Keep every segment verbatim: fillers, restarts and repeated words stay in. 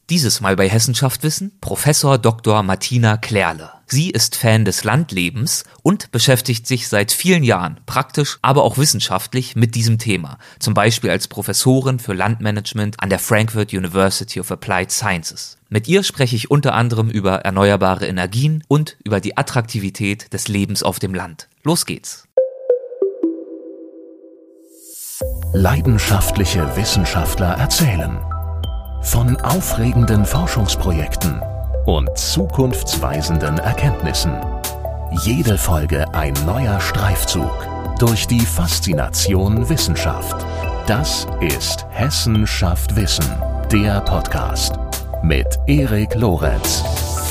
Dieses Mal bei Hessenschaft Wissen Professor Doktor Martina Klerle. Sie ist Fan des Landlebens und beschäftigt sich seit vielen Jahren praktisch, aber auch wissenschaftlich mit diesem Thema. Zum Beispiel als Professorin für Landmanagement an der Frankfurt University of Applied Sciences. Mit ihr spreche ich unter anderem über erneuerbare Energien und über die Attraktivität des Lebens auf dem Land. Los geht's! Leidenschaftliche Wissenschaftler erzählen von aufregenden Forschungsprojekten und zukunftsweisenden Erkenntnissen. Jede Folge ein neuer Streifzug durch die Faszination Wissenschaft. Das ist Hessen schafft Wissen, der Podcast mit Erik Lorenz.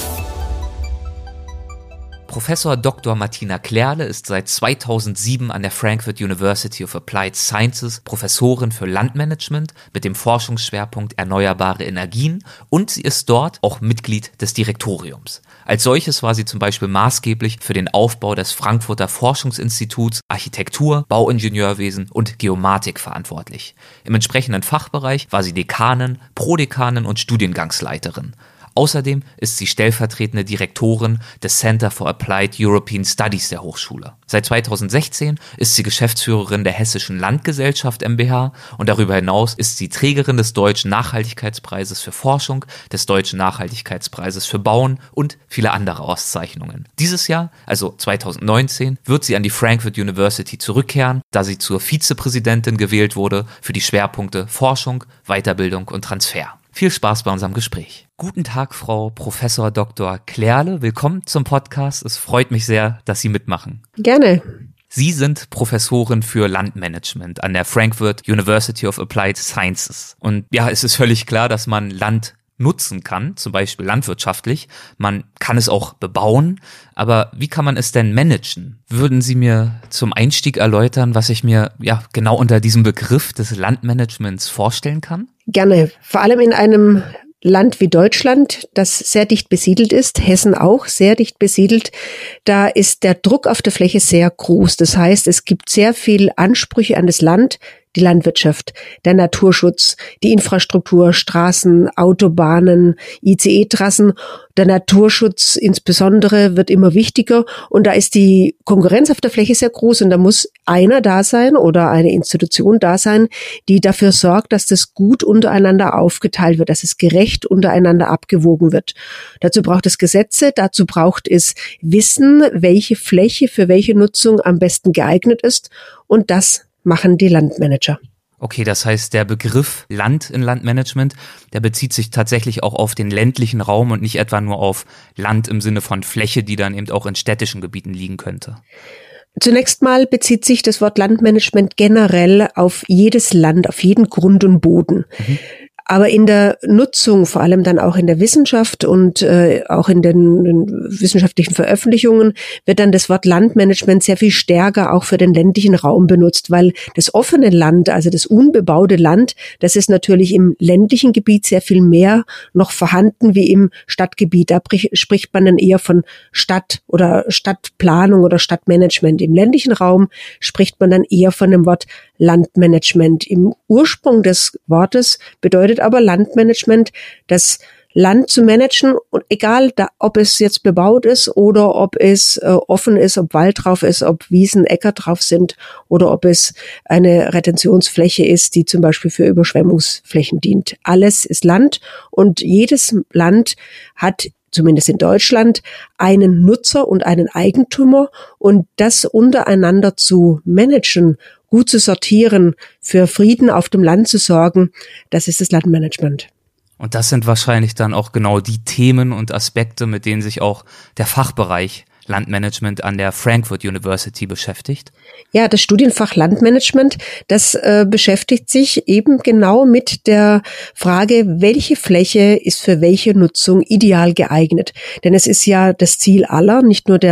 Professor Doktor Martina Klerle ist seit zweitausendsieben an der Frankfurt University of Applied Sciences Professorin für Landmanagement mit dem Forschungsschwerpunkt erneuerbare Energien und sie ist dort auch Mitglied des Direktoriums. Als solches war sie zum Beispiel maßgeblich für den Aufbau des Frankfurter Forschungsinstituts Architektur, Bauingenieurwesen und Geomatik verantwortlich. Im entsprechenden Fachbereich war sie Dekanin, Prodekanin und Studiengangsleiterin. Außerdem ist sie stellvertretende Direktorin des Center for Applied European Studies der Hochschule. Seit zweitausendsechzehn ist sie Geschäftsführerin der Hessischen Landgesellschaft MbH und darüber hinaus ist sie Trägerin des Deutschen Nachhaltigkeitspreises für Forschung, des Deutschen Nachhaltigkeitspreises für Bauen und viele andere Auszeichnungen. Dieses Jahr, also zweitausendneunzehn, wird sie an die Frankfurt University zurückkehren, da sie zur Vizepräsidentin gewählt wurde für die Schwerpunkte Forschung, Weiterbildung und Transfer. Viel Spaß bei unserem Gespräch. Guten Tag, Frau Professor Doktor Klerle. Willkommen zum Podcast. Es freut mich sehr, dass Sie mitmachen. Gerne. Sie sind Professorin für Landmanagement an der Frankfurt University of Applied Sciences. Und ja, es ist völlig klar, dass man Land nutzen kann, zum Beispiel landwirtschaftlich. Man kann es auch bebauen, aber wie kann man es denn managen? Würden Sie mir zum Einstieg erläutern, was ich mir ja genau unter diesem Begriff des Landmanagements vorstellen kann? Gerne. Vor allem in einem Land wie Deutschland, das sehr dicht besiedelt ist, Hessen auch sehr dicht besiedelt, da ist der Druck auf der Fläche sehr groß. Das heißt, es gibt sehr viel Ansprüche an das Land, die Landwirtschaft, der Naturschutz, die Infrastruktur, Straßen, Autobahnen, I C E-Trassen. Der Naturschutz insbesondere wird immer wichtiger und da ist die Konkurrenz auf der Fläche sehr groß und da muss einer da sein oder eine Institution da sein, die dafür sorgt, dass das gut untereinander aufgeteilt wird, dass es gerecht untereinander abgewogen wird. Dazu braucht es Gesetze, dazu braucht es Wissen, welche Fläche für welche Nutzung am besten geeignet ist und das machen die Landmanager. Okay, das heißt, der Begriff Land in Landmanagement, der bezieht sich tatsächlich auch auf den ländlichen Raum und nicht etwa nur auf Land im Sinne von Fläche, die dann eben auch in städtischen Gebieten liegen könnte. Zunächst mal bezieht sich das Wort Landmanagement generell auf jedes Land, auf jeden Grund und Boden. Mhm. Aber in der Nutzung, vor allem dann auch in der Wissenschaft und äh, auch in den, den wissenschaftlichen Veröffentlichungen, wird dann das Wort Landmanagement sehr viel stärker auch für den ländlichen Raum benutzt, weil das offene Land, also das unbebaute Land, das ist natürlich im ländlichen Gebiet sehr viel mehr noch vorhanden wie im Stadtgebiet. Da spricht man dann eher von Stadt oder Stadtplanung oder Stadtmanagement. Im ländlichen Raum spricht man dann eher von dem Wort Landmanagement. Im Ursprung des Wortes bedeutet aber Landmanagement, das Land zu managen und egal, da, ob es jetzt bebaut ist oder ob es äh, offen ist, ob Wald drauf ist, ob Wiesen, Äcker drauf sind oder ob es eine Retentionsfläche ist, die zum Beispiel für Überschwemmungsflächen dient. Alles ist Land und jedes Land hat zumindest in Deutschland, einen Nutzer und einen Eigentümer und das untereinander zu managen, gut zu sortieren, für Frieden auf dem Land zu sorgen, das ist das Landmanagement. Und das sind wahrscheinlich dann auch genau die Themen und Aspekte, mit denen sich auch der Fachbereich Landmanagement an der Frankfurt University beschäftigt? Ja, das Studienfach Landmanagement, das äh, beschäftigt sich eben genau mit der Frage, welche Fläche ist für welche Nutzung ideal geeignet. Denn es ist ja das Ziel aller, nicht nur der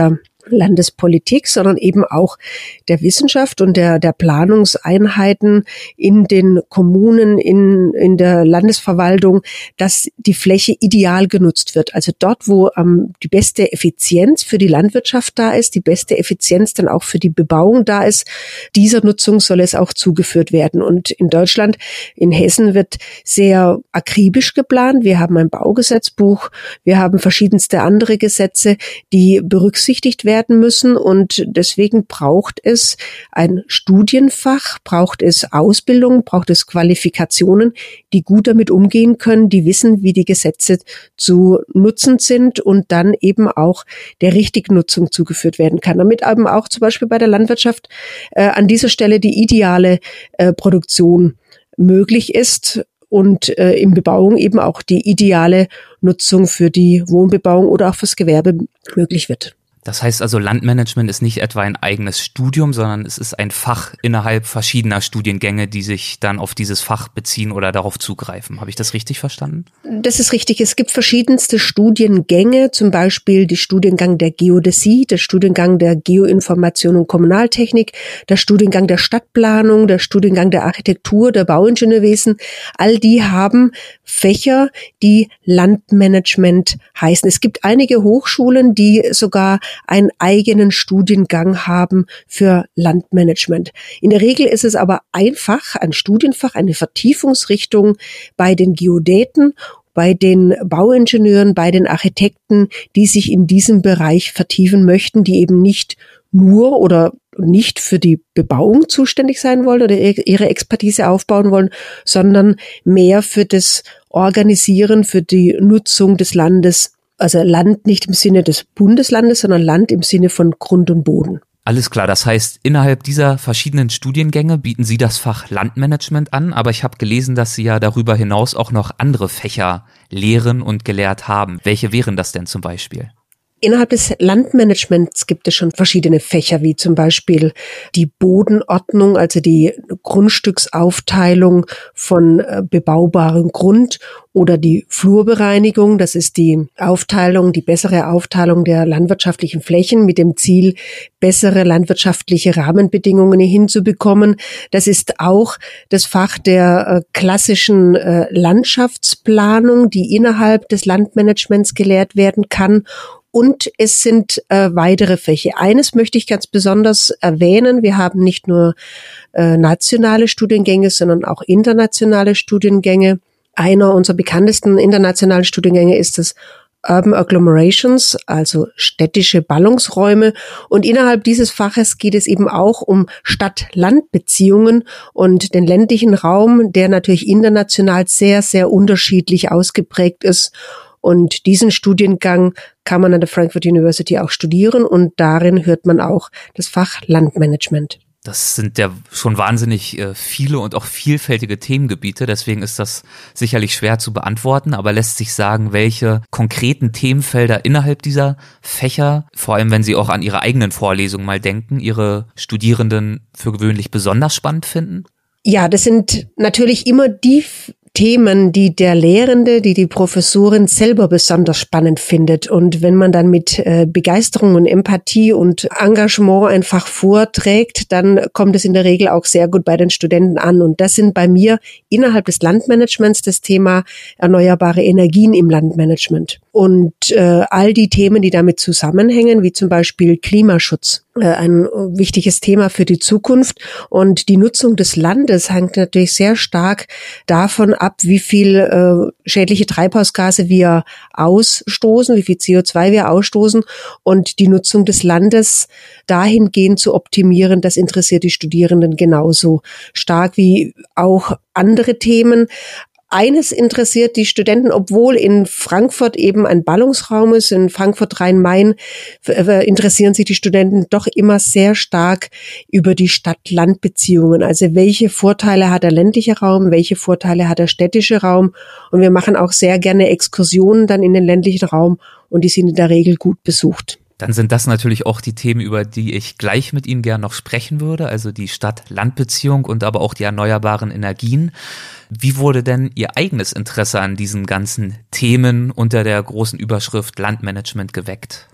Landespolitik, sondern eben auch der Wissenschaft und der, der Planungseinheiten in den Kommunen, in, in der Landesverwaltung, dass die Fläche ideal genutzt wird. Also dort, wo ähm, die beste Effizienz für die Landwirtschaft da ist, die beste Effizienz dann auch für die Bebauung da ist, dieser Nutzung soll es auch zugeführt werden. Und in Deutschland, in Hessen wird sehr akribisch geplant. Wir haben ein Baugesetzbuch, wir haben verschiedenste andere Gesetze, die berücksichtigt werden müssen. Und deswegen braucht es ein Studienfach, braucht es Ausbildung, braucht es Qualifikationen, die gut damit umgehen können, die wissen, wie die Gesetze zu nutzen sind und dann eben auch der richtigen Nutzung zugeführt werden kann. Damit eben auch zum Beispiel bei der Landwirtschaft äh, an dieser Stelle die ideale äh, Produktion möglich ist und äh, in Bebauung eben auch die ideale Nutzung für die Wohnbebauung oder auch fürs Gewerbe möglich wird. Das heißt also, Landmanagement ist nicht etwa ein eigenes Studium, sondern es ist ein Fach innerhalb verschiedener Studiengänge, die sich dann auf dieses Fach beziehen oder darauf zugreifen. Habe ich das richtig verstanden? Das ist richtig. Es gibt verschiedenste Studiengänge, zum Beispiel die Studiengang der Geodäsie, der Studiengang der Geoinformation und Kommunaltechnik, der Studiengang der Stadtplanung, der Studiengang der Architektur, der Bauingenieurwesen. All die haben Fächer, die Landmanagement heißen. Es gibt einige Hochschulen, die sogar einen eigenen Studiengang haben für Landmanagement. In der Regel ist es aber einfach, ein Studienfach, eine Vertiefungsrichtung bei den Geodäten, bei den Bauingenieuren, bei den Architekten, die sich in diesem Bereich vertiefen möchten, die eben nicht nur oder nicht für die Bebauung zuständig sein wollen oder ihre Expertise aufbauen wollen, sondern mehr für das Organisieren, für die Nutzung des Landes. Also Land nicht im Sinne des Bundeslandes, sondern Land im Sinne von Grund und Boden. Alles klar, das heißt, innerhalb dieser verschiedenen Studiengänge bieten Sie das Fach Landmanagement an, aber ich habe gelesen, dass Sie ja darüber hinaus auch noch andere Fächer lehren und gelehrt haben. Welche wären das denn zum Beispiel? Innerhalb des Landmanagements gibt es schon verschiedene Fächer, wie zum Beispiel die Bodenordnung, also die Grundstücksaufteilung von bebaubarem Grund, oder die Flurbereinigung, das ist die Aufteilung, die bessere Aufteilung der landwirtschaftlichen Flächen mit dem Ziel, bessere landwirtschaftliche Rahmenbedingungen hinzubekommen. Das ist auch das Fach der äh, klassischen äh, Landschaftsplanung, die innerhalb des Landmanagements gelehrt werden kann. Und es sind äh, weitere Fächer. Eines möchte ich ganz besonders erwähnen. Wir haben nicht nur äh, nationale Studiengänge, sondern auch internationale Studiengänge. Einer unserer bekanntesten internationalen Studiengänge ist das Urban Agglomerations, also städtische Ballungsräume. Und innerhalb dieses Faches geht es eben auch um Stadt-Land-Beziehungen und den ländlichen Raum, der natürlich international sehr, sehr unterschiedlich ausgeprägt ist. Und diesen Studiengang kann man an der Frankfurt University auch studieren und darin hört man auch das Fach Landmanagement. Das sind ja schon wahnsinnig äh, viele und auch vielfältige Themengebiete, deswegen ist das sicherlich schwer zu beantworten, aber lässt sich sagen, welche konkreten Themenfelder innerhalb dieser Fächer, vor allem wenn Sie auch an Ihre eigenen Vorlesungen mal denken, Ihre Studierenden für gewöhnlich besonders spannend finden? Ja, das sind natürlich immer die Themen, die der Lehrende, die die Professorin selber besonders spannend findet. Und wenn man dann mit äh, Begeisterung und Empathie und Engagement einfach vorträgt, dann kommt es in der Regel auch sehr gut bei den Studenten an. Und das sind bei mir innerhalb des Landmanagements das Thema erneuerbare Energien im Landmanagement. Und äh, all die Themen, die damit zusammenhängen, wie zum Beispiel Klimaschutz, äh, ein wichtiges Thema für die Zukunft. Und die Nutzung des Landes hängt natürlich sehr stark davon ab, wie viel äh, schädliche Treibhausgase wir ausstoßen, wie viel C O zwei wir ausstoßen. Und die Nutzung des Landes dahingehend zu optimieren, das interessiert die Studierenden genauso stark wie auch andere Themen. Eines interessiert die Studenten, obwohl in Frankfurt eben ein Ballungsraum ist, in Frankfurt Rhein-Main interessieren sich die Studenten doch immer sehr stark über die Stadt-Land-Beziehungen. Also welche Vorteile hat der ländliche Raum, welche Vorteile hat der städtische Raum? Und wir machen auch sehr gerne Exkursionen dann in den ländlichen Raum und die sind in der Regel gut besucht. Dann sind das natürlich auch die Themen, über die ich gleich mit Ihnen gern noch sprechen würde, also die Stadt-Land-Beziehung und aber auch die erneuerbaren Energien. Wie wurde denn Ihr eigenes Interesse an diesen ganzen Themen unter der großen Überschrift Landmanagement geweckt?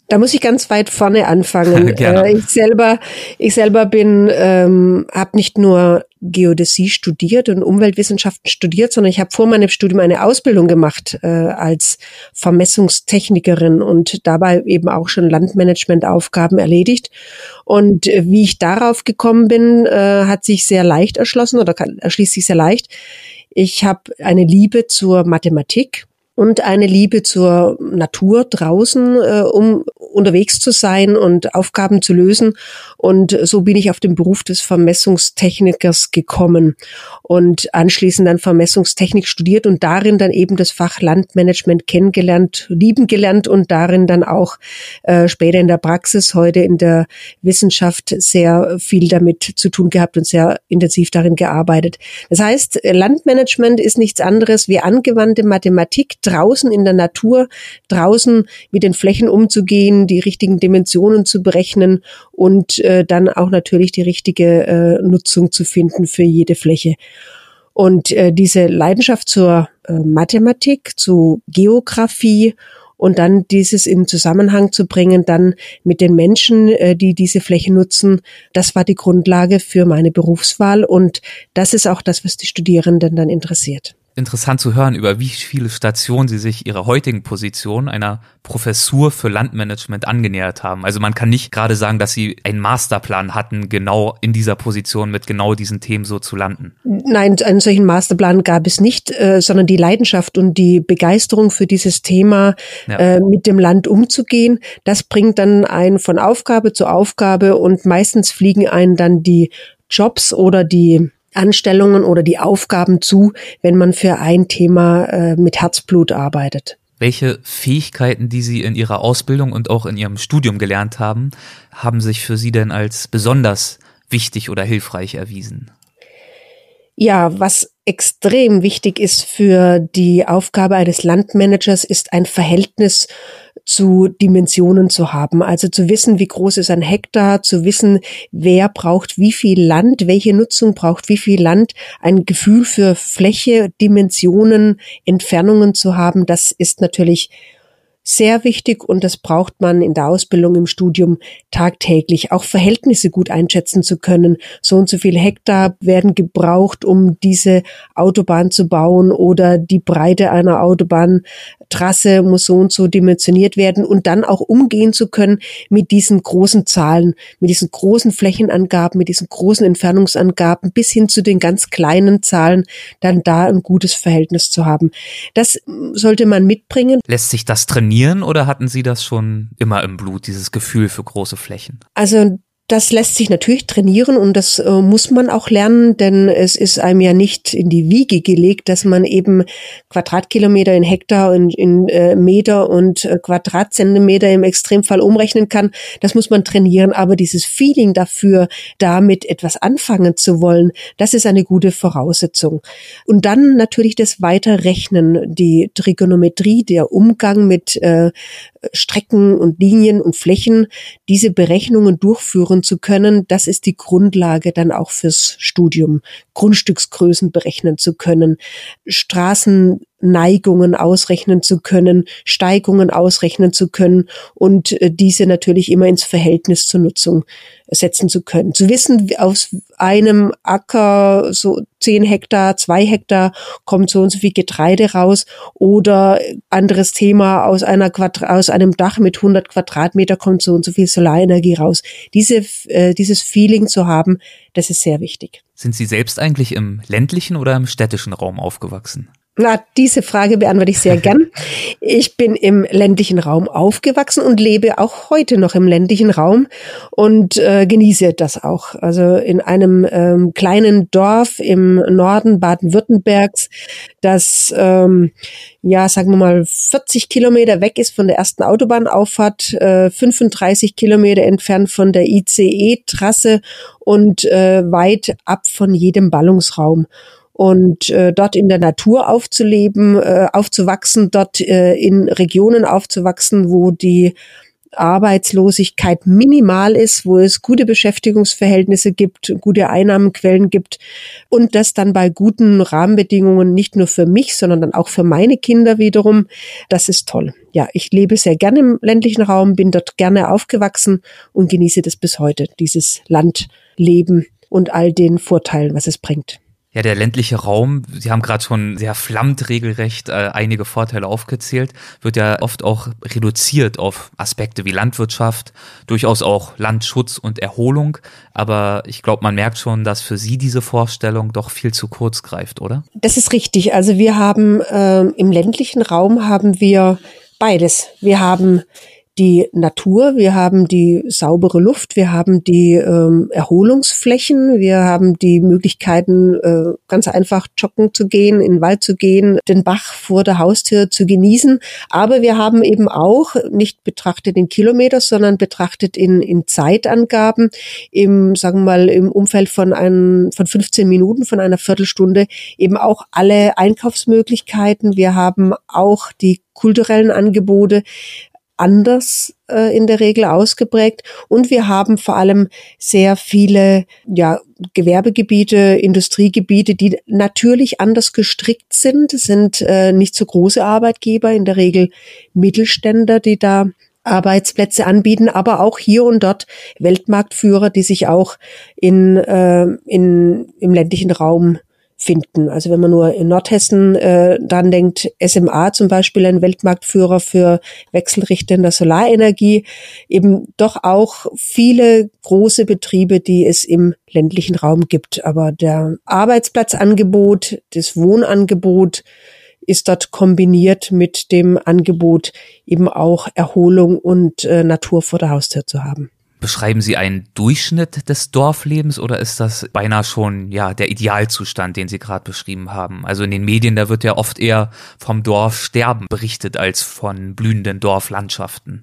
Da muss ich ganz weit vorne anfangen. äh, ich selber, ich selber bin, ähm, habe nicht nur Geodäsie studiert und Umweltwissenschaften studiert, sondern ich habe vor meinem Studium eine Ausbildung gemacht äh, als Vermessungstechnikerin und dabei eben auch schon Landmanagementaufgaben erledigt. Und äh, wie ich darauf gekommen bin, äh, hat sich sehr leicht erschlossen oder kann, erschließt sich sehr leicht. Ich habe eine Liebe zur Mathematik und eine Liebe zur Natur draußen, äh, um unterwegs zu sein und Aufgaben zu lösen. Und so bin ich auf den Beruf des Vermessungstechnikers gekommen und anschließend dann Vermessungstechnik studiert und darin dann eben das Fach Landmanagement kennengelernt, lieben gelernt und darin dann auch äh, später in der Praxis, heute in der Wissenschaft sehr viel damit zu tun gehabt und sehr intensiv darin gearbeitet. Das heißt, Landmanagement ist nichts anderes wie angewandte Mathematik draußen in der Natur, draußen mit den Flächen umzugehen, die richtigen Dimensionen zu berechnen und äh, dann auch natürlich die richtige äh, Nutzung zu finden für jede Fläche. Und äh, diese Leidenschaft zur äh, Mathematik, zu Geografie und dann dieses in Zusammenhang zu bringen, dann mit den Menschen, äh, die diese Fläche nutzen, das war die Grundlage für meine Berufswahl und das ist auch das, was die Studierenden dann interessiert. Interessant zu hören, über wie viele Stationen Sie sich Ihrer heutigen Position, einer Professur für Landmanagement, angenähert haben. Also man kann nicht gerade sagen, dass Sie einen Masterplan hatten, genau in dieser Position mit genau diesen Themen so zu landen. Nein, einen solchen Masterplan gab es nicht, äh, sondern die Leidenschaft und die Begeisterung für dieses Thema, ja. äh, mit dem Land umzugehen, das bringt dann einen von Aufgabe zu Aufgabe und meistens fliegen einen dann die Jobs oder die Anstellungen oder die Aufgaben zu, wenn man für ein Thema äh, mit Herzblut arbeitet. Welche Fähigkeiten, die Sie in Ihrer Ausbildung und auch in Ihrem Studium gelernt haben, haben sich für Sie denn als besonders wichtig oder hilfreich erwiesen? Ja, was extrem wichtig ist für die Aufgabe eines Landmanagers, ist ein Verhältnis zu Dimensionen zu haben. Also zu wissen, wie groß ist ein Hektar, zu wissen, wer braucht wie viel Land, welche Nutzung braucht wie viel Land, ein Gefühl für Fläche, Dimensionen, Entfernungen zu haben, das ist natürlich sehr wichtig und das braucht man in der Ausbildung, im Studium tagtäglich. Auch Verhältnisse gut einschätzen zu können. So und so viele Hektar werden gebraucht, um diese Autobahn zu bauen oder die Breite einer Autobahntrasse muss so und so dimensioniert werden und dann auch umgehen zu können mit diesen großen Zahlen, mit diesen großen Flächenangaben, mit diesen großen Entfernungsangaben bis hin zu den ganz kleinen Zahlen, dann da ein gutes Verhältnis zu haben. Das sollte man mitbringen. Lässt sich das trainieren? Oder hatten Sie das schon immer im Blut, dieses Gefühl für große Flächen? Also das lässt sich natürlich trainieren und das äh, muss man auch lernen, denn es ist einem ja nicht in die Wiege gelegt, dass man eben Quadratkilometer in Hektar und in äh, Meter und äh, Quadratzentimeter im Extremfall umrechnen kann. Das muss man trainieren, aber dieses Feeling dafür, damit etwas anfangen zu wollen, das ist eine gute Voraussetzung. Und dann natürlich das Weiterrechnen, die Trigonometrie, der Umgang mit äh, Strecken und Linien und Flächen, diese Berechnungen durchführen zu können, das ist die Grundlage dann auch fürs Studium. Grundstücksgrößen berechnen zu können, Straßenneigungen ausrechnen zu können, Steigungen ausrechnen zu können und diese natürlich immer ins Verhältnis zur Nutzung setzen zu können. Zu wissen, aus einem Acker so zehn Hektar, zwei Hektar kommt so und so viel Getreide raus oder anderes Thema, aus einer Quadra- aus einem Dach mit hundert Quadratmeter kommt so und so viel Solarenergie raus. Diese, äh, dieses Feeling zu haben, das ist sehr wichtig. Sind Sie selbst eigentlich im ländlichen oder im städtischen Raum aufgewachsen? Na, diese Frage beantworte ich sehr gern. Ich bin im ländlichen Raum aufgewachsen und lebe auch heute noch im ländlichen Raum und äh, genieße das auch. Also in einem ähm, kleinen Dorf im Norden Baden-Württembergs, das ähm, ja, sagen wir mal, vierzig Kilometer weg ist von der ersten Autobahnauffahrt, äh, fünfunddreißig Kilometer entfernt von der I C E-Trasse und äh, weit ab von jedem Ballungsraum. Und äh, dort in der Natur aufzuleben, äh, aufzuwachsen, dort äh, in Regionen aufzuwachsen, wo die Arbeitslosigkeit minimal ist, wo es gute Beschäftigungsverhältnisse gibt, gute Einnahmenquellen gibt und das dann bei guten Rahmenbedingungen nicht nur für mich, sondern dann auch für meine Kinder wiederum. Das ist toll. Ja, ich lebe sehr gerne im ländlichen Raum, bin dort gerne aufgewachsen und genieße das bis heute, dieses Landleben und all den Vorteilen, was es bringt. Ja, der ländliche Raum, Sie haben gerade schon sehr flammend regelrecht äh, einige Vorteile aufgezählt, wird ja oft auch reduziert auf Aspekte wie Landwirtschaft, durchaus auch Landschutz und Erholung. Aber ich glaube, man merkt schon, dass für Sie diese Vorstellung doch viel zu kurz greift, oder? Das ist richtig. Also wir haben äh, im ländlichen Raum haben wir beides. Wir haben die Natur, wir haben die saubere Luft, wir haben die ähm, Erholungsflächen, wir haben die Möglichkeiten, äh, ganz einfach joggen zu gehen, in den Wald zu gehen, den Bach vor der Haustür zu genießen. Aber wir haben eben auch, nicht betrachtet in Kilometer, sondern betrachtet in, in Zeitangaben, im, sagen wir mal, im Umfeld von einem, von fünfzehn Minuten, von einer Viertelstunde, eben auch alle Einkaufsmöglichkeiten. Wir haben auch die kulturellen Angebote anders äh, in der Regel ausgeprägt und wir haben vor allem sehr viele ja Gewerbegebiete, Industriegebiete, die natürlich anders gestrickt sind. Es sind äh, nicht so große Arbeitgeber, in der Regel Mittelständler, die da Arbeitsplätze anbieten, aber auch hier und dort Weltmarktführer, die sich auch in, äh, in im ländlichen Raum finden. Also wenn man nur in Nordhessen äh, dran denkt, S M A zum Beispiel, ein Weltmarktführer für Wechselrichter in der Solarenergie, eben doch auch viele große Betriebe, die es im ländlichen Raum gibt. Aber der Arbeitsplatzangebot, das Wohnangebot ist dort kombiniert mit dem Angebot, eben auch Erholung und äh, Natur vor der Haustür zu haben. Beschreiben Sie einen Durchschnitt des Dorflebens oder ist das beinahe schon ja der Idealzustand, den Sie gerade beschrieben haben? Also in den Medien, da wird ja oft eher vom Dorfsterben berichtet als von blühenden Dorflandschaften.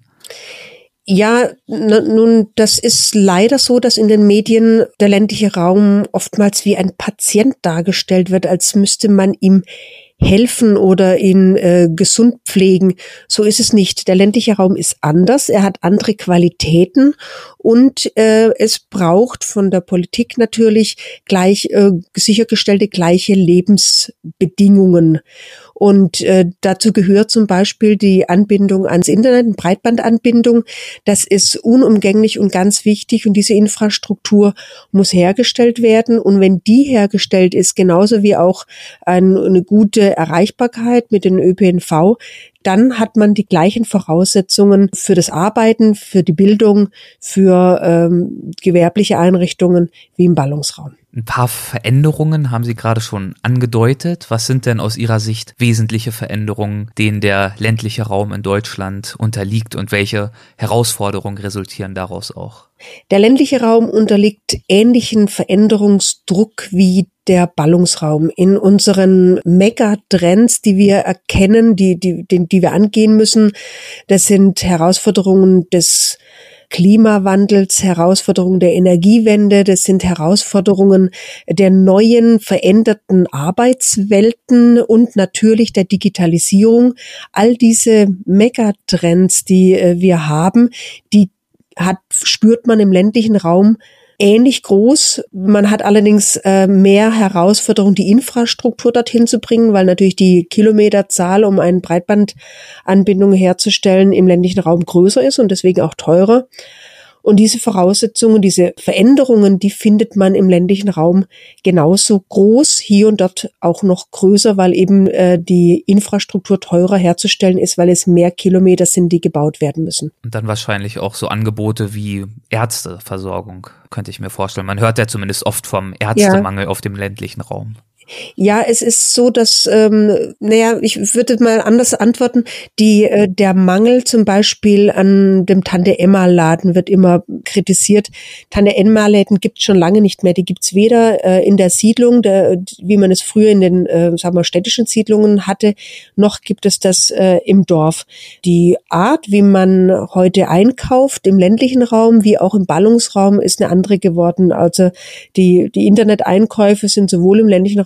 Ja, n- nun, das ist leider so, dass in den Medien der ländliche Raum oftmals wie ein Patient dargestellt wird, als müsste man ihm helfen oder ihn äh, gesund pflegen. So ist es nicht. Der ländliche Raum ist anders. Er hat andere Qualitäten und äh, es braucht von der Politik natürlich gleich äh, sichergestellte gleiche Lebensbedingungen. Und äh, dazu gehört zum Beispiel die Anbindung ans Internet, eine Breitbandanbindung. Das ist unumgänglich und ganz wichtig und diese Infrastruktur muss hergestellt werden. Und wenn die hergestellt ist, genauso wie auch ein, eine gute Erreichbarkeit mit dem Ö P N V, dann hat man die gleichen Voraussetzungen für das Arbeiten, für die Bildung, für ähm, gewerbliche Einrichtungen wie im Ballungsraum. Ein paar Veränderungen haben Sie gerade schon angedeutet. Was sind denn aus Ihrer Sicht wesentliche Veränderungen, denen der ländliche Raum in Deutschland unterliegt und welche Herausforderungen resultieren daraus auch? Der ländliche Raum unterliegt ähnlichen Veränderungsdruck wie der Ballungsraum. In unseren Megatrends, die wir erkennen, die, die, die, die wir angehen müssen, das sind Herausforderungen des Klimawandels, Herausforderungen der Energiewende, das sind Herausforderungen der neuen, veränderten Arbeitswelten und natürlich der Digitalisierung. All diese Megatrends, die wir haben, die hat, spürt man im ländlichen Raum ähnlich groß. Man hat allerdings äh, mehr Herausforderungen, die Infrastruktur dorthin zu bringen, weil natürlich die Kilometerzahl, um eine Breitbandanbindung herzustellen, im ländlichen Raum größer ist und deswegen auch teurer. Und diese Voraussetzungen, diese Veränderungen, die findet man im ländlichen Raum genauso groß, hier und dort auch noch größer, weil eben äh, die Infrastruktur teurer herzustellen ist, weil es mehr Kilometer sind, die gebaut werden müssen. Und dann wahrscheinlich auch so Angebote wie Ärzteversorgung, könnte ich mir vorstellen. Man hört ja zumindest oft vom Ärztemangel ja auf dem ländlichen Raum. Ja, es ist so, dass, ähm, naja, ich würde mal anders antworten, die äh, der Mangel zum Beispiel an dem Tante-Emma-Laden wird immer kritisiert. Tante-Emma-Läden gibt es schon lange nicht mehr. Die gibt's weder äh, in der Siedlung, der, wie man es früher in den äh, sagen wir, städtischen Siedlungen hatte, noch gibt es das äh, im Dorf. Die Art, wie man heute einkauft im ländlichen Raum, wie auch im Ballungsraum, ist eine andere geworden. Also die, die Interneteinkäufe sind sowohl im ländlichen Raum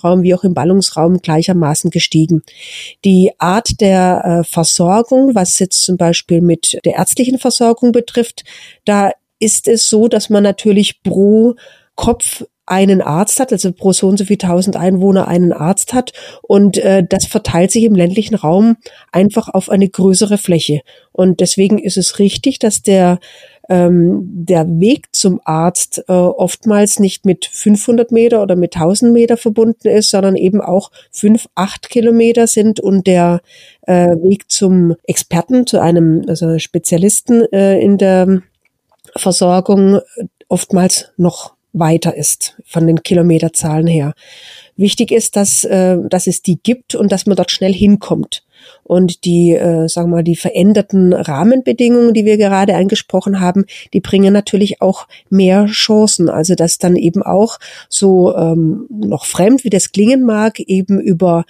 Lebensraum wie auch im Ballungsraum gleichermaßen gestiegen. Die Art der äh, Versorgung, was jetzt zum Beispiel mit der ärztlichen Versorgung betrifft, da ist es so, dass man natürlich pro Kopf einen Arzt hat, also pro so und so viel tausend Einwohner einen Arzt hat und äh, das verteilt sich im ländlichen Raum einfach auf eine größere Fläche. Und deswegen ist es richtig, dass der ähm, der Weg zum Arzt äh, oftmals nicht mit fünfhundert Meter oder mit tausend Meter verbunden ist, sondern eben auch fünf, acht Kilometer sind und der äh, Weg zum Experten, zu einem also Spezialisten äh, in der Versorgung oftmals noch weiter ist von den Kilometerzahlen her. Wichtig ist, dass, äh, dass es die gibt und dass man dort schnell hinkommt. Und die, äh, sagen wir mal, die veränderten Rahmenbedingungen, die wir gerade angesprochen haben, die bringen natürlich auch mehr Chancen. Also dass dann eben auch so ähm, noch fremd, wie das klingen mag, eben über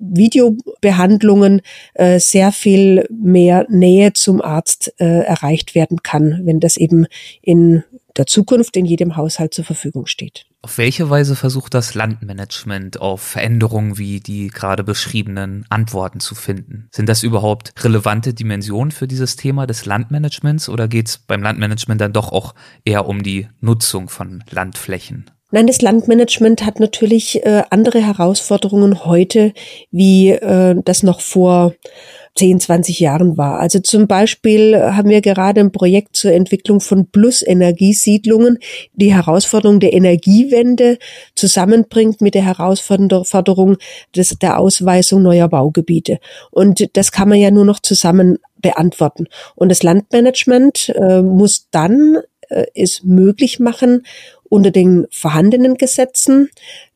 Videobehandlungen äh, sehr viel mehr Nähe zum Arzt äh, erreicht werden kann, wenn das eben in der Zukunft in jedem Haushalt zur Verfügung steht. Auf welche Weise versucht das Landmanagement auf Veränderungen wie die gerade beschriebenen Antworten zu finden? Sind das überhaupt relevante Dimensionen für dieses Thema des Landmanagements oder geht es beim Landmanagement dann doch auch eher um die Nutzung von Landflächen? Nein, das Landmanagement hat natürlich äh, andere Herausforderungen heute, wie äh, das noch vor zehn, zwanzig Jahren war. Also zum Beispiel haben wir gerade ein Projekt zur Entwicklung von Plus-Energiesiedlungen, die Herausforderung der Energiewende zusammenbringt mit der Herausforderung des, der Ausweisung neuer Baugebiete. Und das kann man ja nur noch zusammen beantworten. Und das Landmanagement äh, muss dann äh, es möglich machen, unter den vorhandenen Gesetzen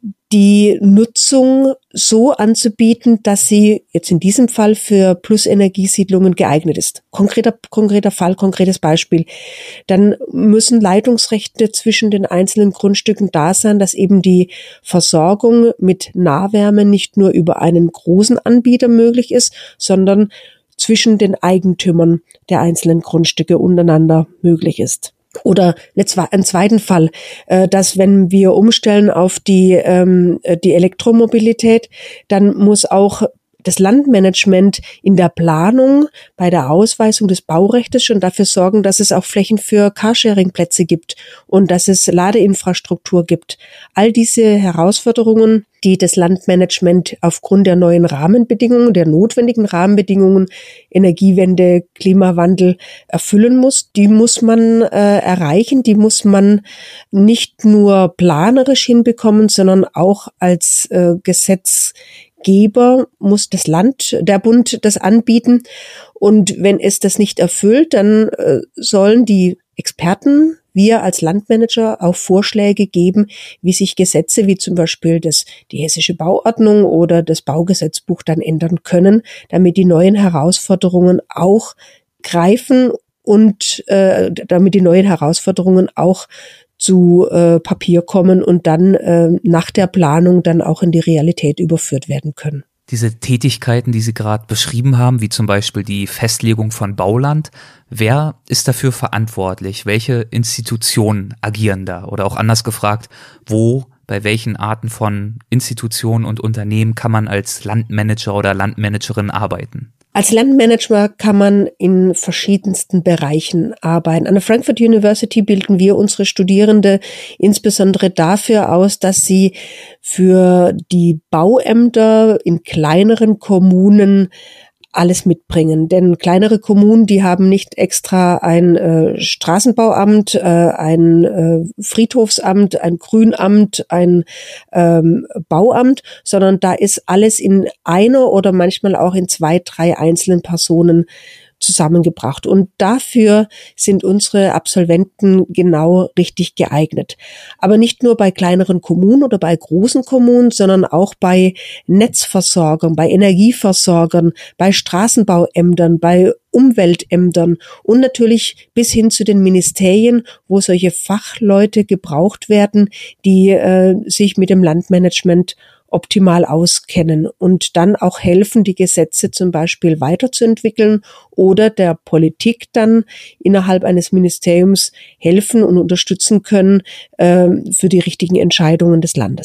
die Nutzung so anzubieten, dass sie jetzt in diesem Fall für Plus-Energiesiedlungen geeignet ist. Konkreter, konkreter Fall, konkretes Beispiel. Dann müssen Leitungsrechte zwischen den einzelnen Grundstücken da sein, dass eben die Versorgung mit Nahwärme nicht nur über einen großen Anbieter möglich ist, sondern zwischen den Eigentümern der einzelnen Grundstücke untereinander möglich ist. Oder einen zweiten Fall, dass wenn wir umstellen auf die, die Elektromobilität, dann muss auch das Landmanagement in der Planung bei der Ausweisung des Baurechtes schon dafür sorgen, dass es auch Flächen für Carsharing-Plätze gibt und dass es Ladeinfrastruktur gibt. All diese Herausforderungen, die das Landmanagement aufgrund der neuen Rahmenbedingungen, der notwendigen Rahmenbedingungen, Energiewende, Klimawandel erfüllen muss, die muss man äh, erreichen, die muss man nicht nur planerisch hinbekommen, sondern auch als äh, Gesetz Geber muss das Land, der Bund das anbieten. Und wenn es das nicht erfüllt, dann äh, sollen die Experten, wir als Landmanager, auch Vorschläge geben, wie sich Gesetze wie zum Beispiel das, die hessische Bauordnung oder das Baugesetzbuch dann ändern können, damit die neuen Herausforderungen auch greifen und äh, damit die neuen Herausforderungen auch zu äh, Papier kommen und dann äh, nach der Planung dann auch in die Realität überführt werden können. Diese Tätigkeiten, die Sie gerade beschrieben haben, wie zum Beispiel die Festlegung von Bauland, wer ist dafür verantwortlich? Welche Institutionen agieren da? Oder auch anders gefragt, wo, bei welchen Arten von Institutionen und Unternehmen kann man als Landmanager oder Landmanagerin arbeiten? Als Landmanager kann man in verschiedensten Bereichen arbeiten. An der Frankfurt University bilden wir unsere Studierende insbesondere dafür aus, dass sie für die Bauämter in kleineren Kommunen alles mitbringen. Denn kleinere Kommunen, die haben nicht extra ein äh, Straßenbauamt, äh, ein äh, Friedhofsamt, ein Grünamt, ein ähm, Bauamt, sondern da ist alles in einer oder manchmal auch in zwei, drei einzelnen Personen zusammengebracht. Und dafür sind unsere Absolventen genau richtig geeignet. Aber nicht nur bei kleineren Kommunen oder bei großen Kommunen, sondern auch bei Netzversorgern, bei Energieversorgern, bei Straßenbauämtern, bei Umweltämtern und natürlich bis hin zu den Ministerien, wo solche Fachleute gebraucht werden, die äh, sich mit dem Landmanagement optimal auskennen und dann auch helfen, die Gesetze zum Beispiel weiterzuentwickeln oder der Politik dann innerhalb eines Ministeriums helfen und unterstützen können äh, für die richtigen Entscheidungen des Landes.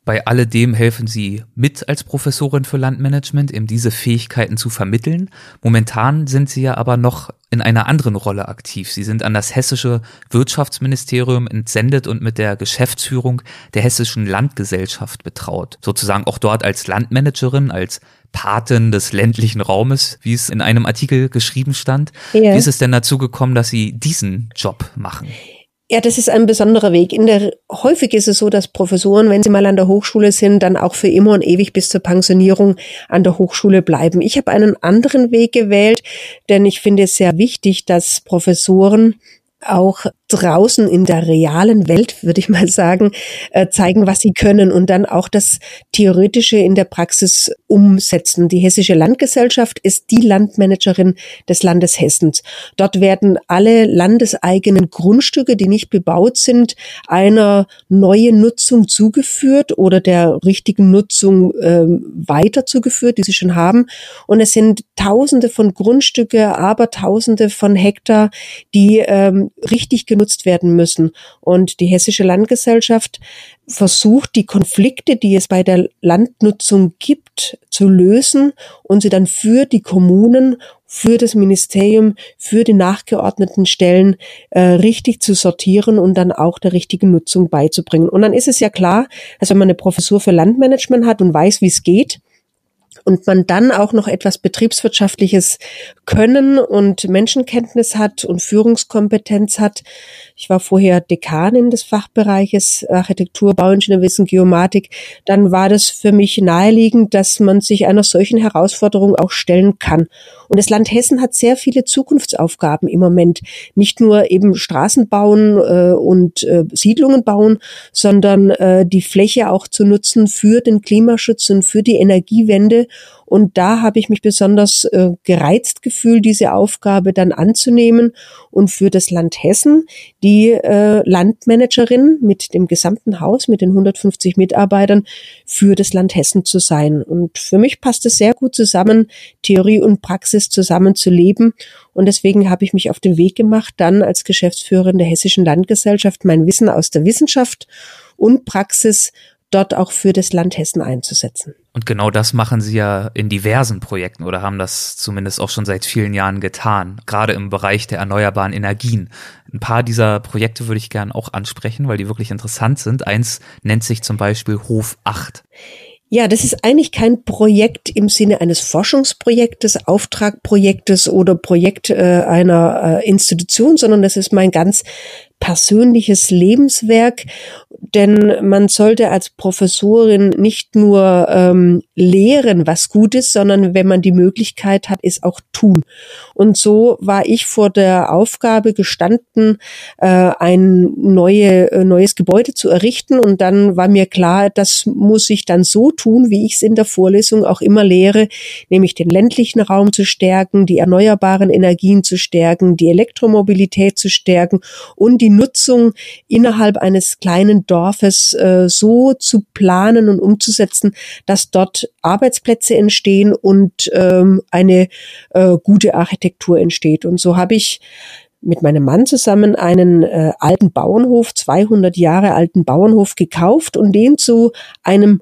Bei alledem helfen Sie mit als Professorin für Landmanagement, eben diese Fähigkeiten zu vermitteln. Momentan sind Sie ja aber noch in einer anderen Rolle aktiv. Sie sind an das hessische Wirtschaftsministerium entsendet und mit der Geschäftsführung der hessischen Landgesellschaft betraut. Sozusagen auch dort als Landmanagerin, als Patin des ländlichen Raumes, wie es in einem Artikel geschrieben stand. Ja. Wie ist es denn dazu gekommen, dass Sie diesen Job machen? Ja, das ist ein besonderer Weg. In der, häufig ist es so, dass Professoren, wenn sie mal an der Hochschule sind, dann auch für immer und ewig bis zur Pensionierung an der Hochschule bleiben. Ich habe einen anderen Weg gewählt, denn ich finde es sehr wichtig, dass Professoren auch draußen in der realen Welt, würde ich mal sagen, äh, zeigen, was sie können und dann auch das Theoretische in der Praxis umsetzen. Die Hessische Landgesellschaft ist die Landmanagerin des Landes Hessens. Dort werden alle landeseigenen Grundstücke, die nicht bebaut sind, einer neuen Nutzung zugeführt oder der richtigen Nutzung äh, weiter zugeführt, die sie schon haben. Und es sind Tausende von Grundstücke, aber Tausende von Hektar, die ähm, richtig genutzt werden müssen. Und die Hessische Landgesellschaft versucht, die Konflikte, die es bei der Landnutzung gibt, zu lösen und sie dann für die Kommunen, für das Ministerium, für die nachgeordneten Stellen äh, richtig zu sortieren und dann auch der richtigen Nutzung beizubringen. Und dann ist es ja klar, dass wenn man eine Professur für Landmanagement hat und weiß, wie es geht, und man dann auch noch etwas betriebswirtschaftliches Können und Menschenkenntnis hat und Führungskompetenz hat. Ich war vorher Dekanin des Fachbereiches Architektur, Bauingenieurwesen, Geomatik. Dann war das für mich naheliegend, dass man sich einer solchen Herausforderung auch stellen kann. Und das Land Hessen hat sehr viele Zukunftsaufgaben im Moment. Nicht nur eben Straßen bauen äh, und äh, Siedlungen bauen, sondern äh, die Fläche auch zu nutzen für den Klimaschutz und für die Energiewende. Und da habe ich mich besonders äh, gereizt gefühlt, diese Aufgabe dann anzunehmen und für das Land Hessen die äh, Landmanagerin mit dem gesamten Haus, mit den hundertfünfzig Mitarbeitern für das Land Hessen zu sein. Und für mich passt es sehr gut zusammen, Theorie und Praxis zusammen zu leben. Und deswegen habe ich mich auf den Weg gemacht, dann als Geschäftsführerin der Hessischen Landgesellschaft mein Wissen aus der Wissenschaft und Praxis dort auch für das Land Hessen einzusetzen. Und genau das machen Sie ja in diversen Projekten oder haben das zumindest auch schon seit vielen Jahren getan, gerade im Bereich der erneuerbaren Energien. Ein paar dieser Projekte würde ich gerne auch ansprechen, weil die wirklich interessant sind. Eins nennt sich zum Beispiel Hof acht. Ja, das ist eigentlich kein Projekt im Sinne eines Forschungsprojektes, Auftragprojektes oder Projekt äh, einer äh, Institution, sondern das ist mein ganz persönliches Lebenswerk, denn man sollte als Professorin nicht nur ähm, lehren, was gut ist, sondern wenn man die Möglichkeit hat, es auch tun. Und so war ich vor der Aufgabe gestanden, äh, ein neue, äh, neues Gebäude zu errichten, und dann war mir klar, das muss ich dann so tun, wie ich es in der Vorlesung auch immer lehre, nämlich den ländlichen Raum zu stärken, die erneuerbaren Energien zu stärken, die Elektromobilität zu stärken und die Nutzung innerhalb eines kleinen Dorfes äh, so zu planen und umzusetzen, dass dort Arbeitsplätze entstehen und ähm, eine äh, gute Architektur entsteht. Und so habe ich mit meinem Mann zusammen einen äh, alten Bauernhof, zweihundert Jahre alten Bauernhof gekauft und den zu einem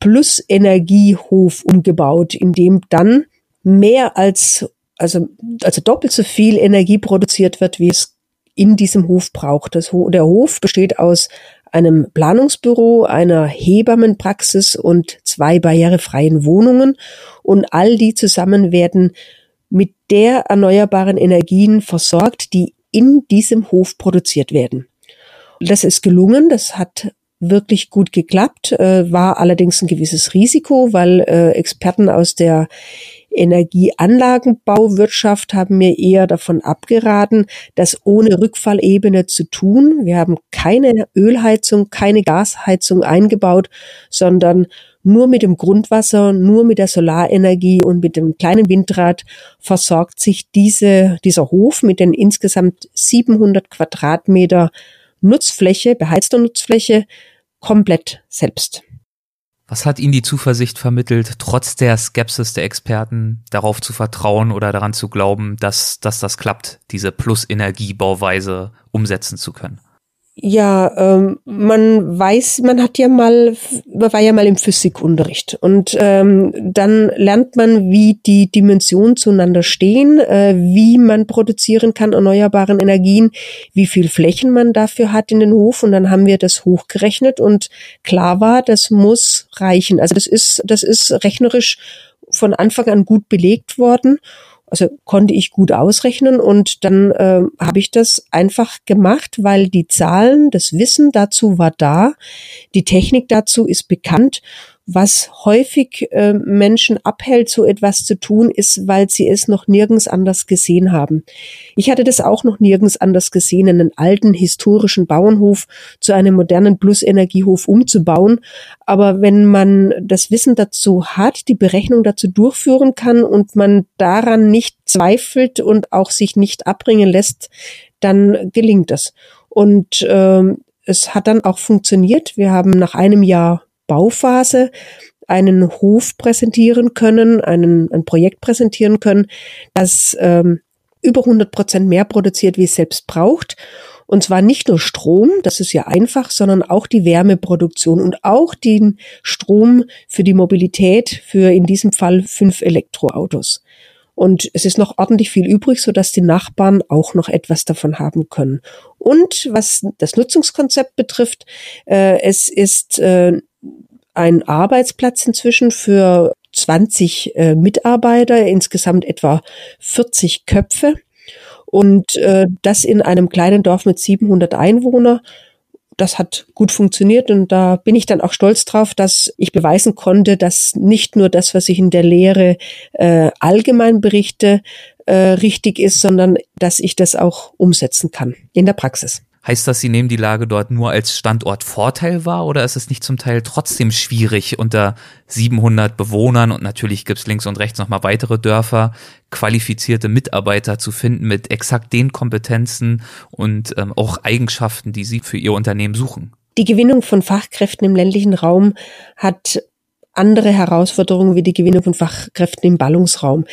Plus-Energiehof umgebaut, in dem dann mehr als, also, also doppelt so viel Energie produziert wird, wie es in diesem Hof braucht. Das, der Hof besteht aus einem Planungsbüro, einer Hebammenpraxis und zwei barrierefreien Wohnungen, und all die zusammen werden mit der erneuerbaren Energien versorgt, die in diesem Hof produziert werden. Das ist gelungen, das hat wirklich gut geklappt, äh, war allerdings ein gewisses Risiko, weil äh, Experten aus der Energieanlagenbauwirtschaft haben mir eher davon abgeraten, das ohne Rückfallebene zu tun. Wir haben keine Ölheizung, keine Gasheizung eingebaut, sondern nur mit dem Grundwasser, nur mit der Solarenergie und mit dem kleinen Windrad versorgt sich diese, dieser Hof mit den insgesamt siebenhundert Quadratmeter Nutzfläche, beheizter Nutzfläche, komplett selbst. Was hat Ihnen die Zuversicht vermittelt, trotz der Skepsis der Experten darauf zu vertrauen oder daran zu glauben, dass, dass das klappt, diese Plus-Energie-Bauweise umsetzen zu können? Ja, ähm, man weiß, man hat ja mal, man war ja mal im Physikunterricht und ähm, dann lernt man, wie die Dimensionen zueinander stehen, äh, wie man produzieren kann erneuerbaren Energien, wie viel Flächen man dafür hat in den Hof und dann haben wir das hochgerechnet und klar war, das muss reichen. Also das ist, das ist rechnerisch von Anfang an gut belegt worden. Also konnte ich gut ausrechnen und dann äh, habe ich das einfach gemacht, weil die Zahlen, das Wissen dazu war da, die Technik dazu ist bekannt. Was häufig äh, Menschen abhält, so etwas zu tun, ist, weil sie es noch nirgends anders gesehen haben. Ich hatte das auch noch nirgends anders gesehen, einen alten historischen Bauernhof zu einem modernen Plus-Energiehof umzubauen. Aber wenn man das Wissen dazu hat, die Berechnung dazu durchführen kann und man daran nicht zweifelt und auch sich nicht abbringen lässt, dann gelingt das. Und ähm, es hat dann auch funktioniert. Wir haben nach einem Jahr Bauphase einen Hof präsentieren können, einen, ein Projekt präsentieren können, das ähm, über hundert Prozent mehr produziert, wie es selbst braucht. Und zwar nicht nur Strom, das ist ja einfach, sondern auch die Wärmeproduktion und auch den Strom für die Mobilität, für in diesem Fall fünf Elektroautos. Und es ist noch ordentlich viel übrig, sodass die Nachbarn auch noch etwas davon haben können. Und was das Nutzungskonzept betrifft, äh, es ist äh, ein Arbeitsplatz inzwischen für zwanzig äh, Mitarbeiter, insgesamt etwa vierzig Köpfe. Und äh, das in einem kleinen Dorf mit siebenhundert Einwohnern. Das hat gut funktioniert und da bin ich dann auch stolz drauf, dass ich beweisen konnte, dass nicht nur das, was ich in der Lehre äh, allgemein berichte, äh, richtig ist, sondern dass ich das auch umsetzen kann in der Praxis. Heißt das, Sie nehmen die Lage dort nur als Standortvorteil wahr oder ist es nicht zum Teil trotzdem schwierig, unter siebenhundert Bewohnern und natürlich gibt's links und rechts nochmal weitere Dörfer, qualifizierte Mitarbeiter zu finden mit exakt den Kompetenzen und ähm, auch Eigenschaften, die Sie für Ihr Unternehmen suchen? Die Gewinnung von Fachkräften im ländlichen Raum hat andere Herausforderungen wie die Gewinnung von Fachkräften im Ballungsraum.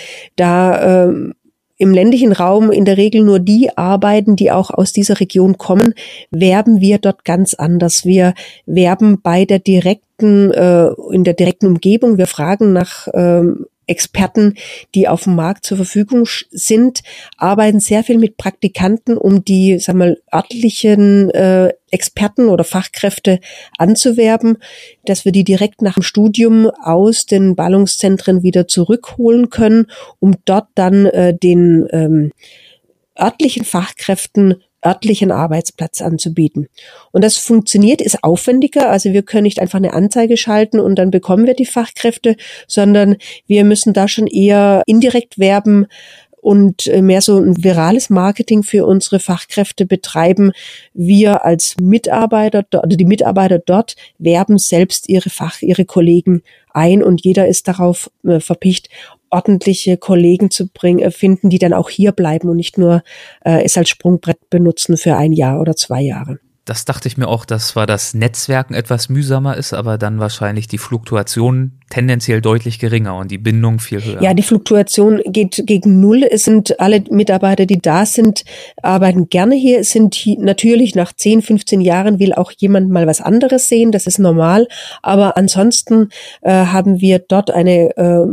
Da ähm, im ländlichen Raum in der Regel nur die arbeiten, die auch aus dieser Region kommen, werben wir dort ganz anders. Wir werben bei der direkten, äh, in der direkten Umgebung. Wir fragen nach ähm, Experten, die auf dem Markt zur Verfügung sind, arbeiten sehr viel mit Praktikanten, um die, sagen wir mal, örtlichen äh, Experten oder Fachkräfte anzuwerben, dass wir die direkt nach dem Studium aus den Ballungszentren wieder zurückholen können, um dort dann äh, den ähm, örtlichen Fachkräften örtlichen Arbeitsplatz anzubieten. Und das funktioniert, ist aufwendiger. Also wir können nicht einfach eine Anzeige schalten und dann bekommen wir die Fachkräfte, sondern wir müssen da schon eher indirekt werben und mehr so ein virales Marketing für unsere Fachkräfte betreiben. Wir als Mitarbeiter, oder die Mitarbeiter dort werben selbst ihre Fach, ihre Kollegen ein und jeder ist darauf äh, verpicht, ordentliche Kollegen zu bringen, finden, die dann auch hier bleiben und nicht nur äh, es als Sprungbrett benutzen für ein Jahr oder zwei Jahre. Das dachte ich mir auch, dass zwar das Netzwerken etwas mühsamer ist, aber dann wahrscheinlich die Fluktuation tendenziell deutlich geringer und die Bindung viel höher. Ja, die Fluktuation geht gegen Null. Es sind alle Mitarbeiter, die da sind, arbeiten gerne hier. Es sind hier, natürlich nach zehn, fünfzehn Jahren will auch jemand mal was anderes sehen. Das ist normal. Aber ansonsten äh, haben wir dort eine äh,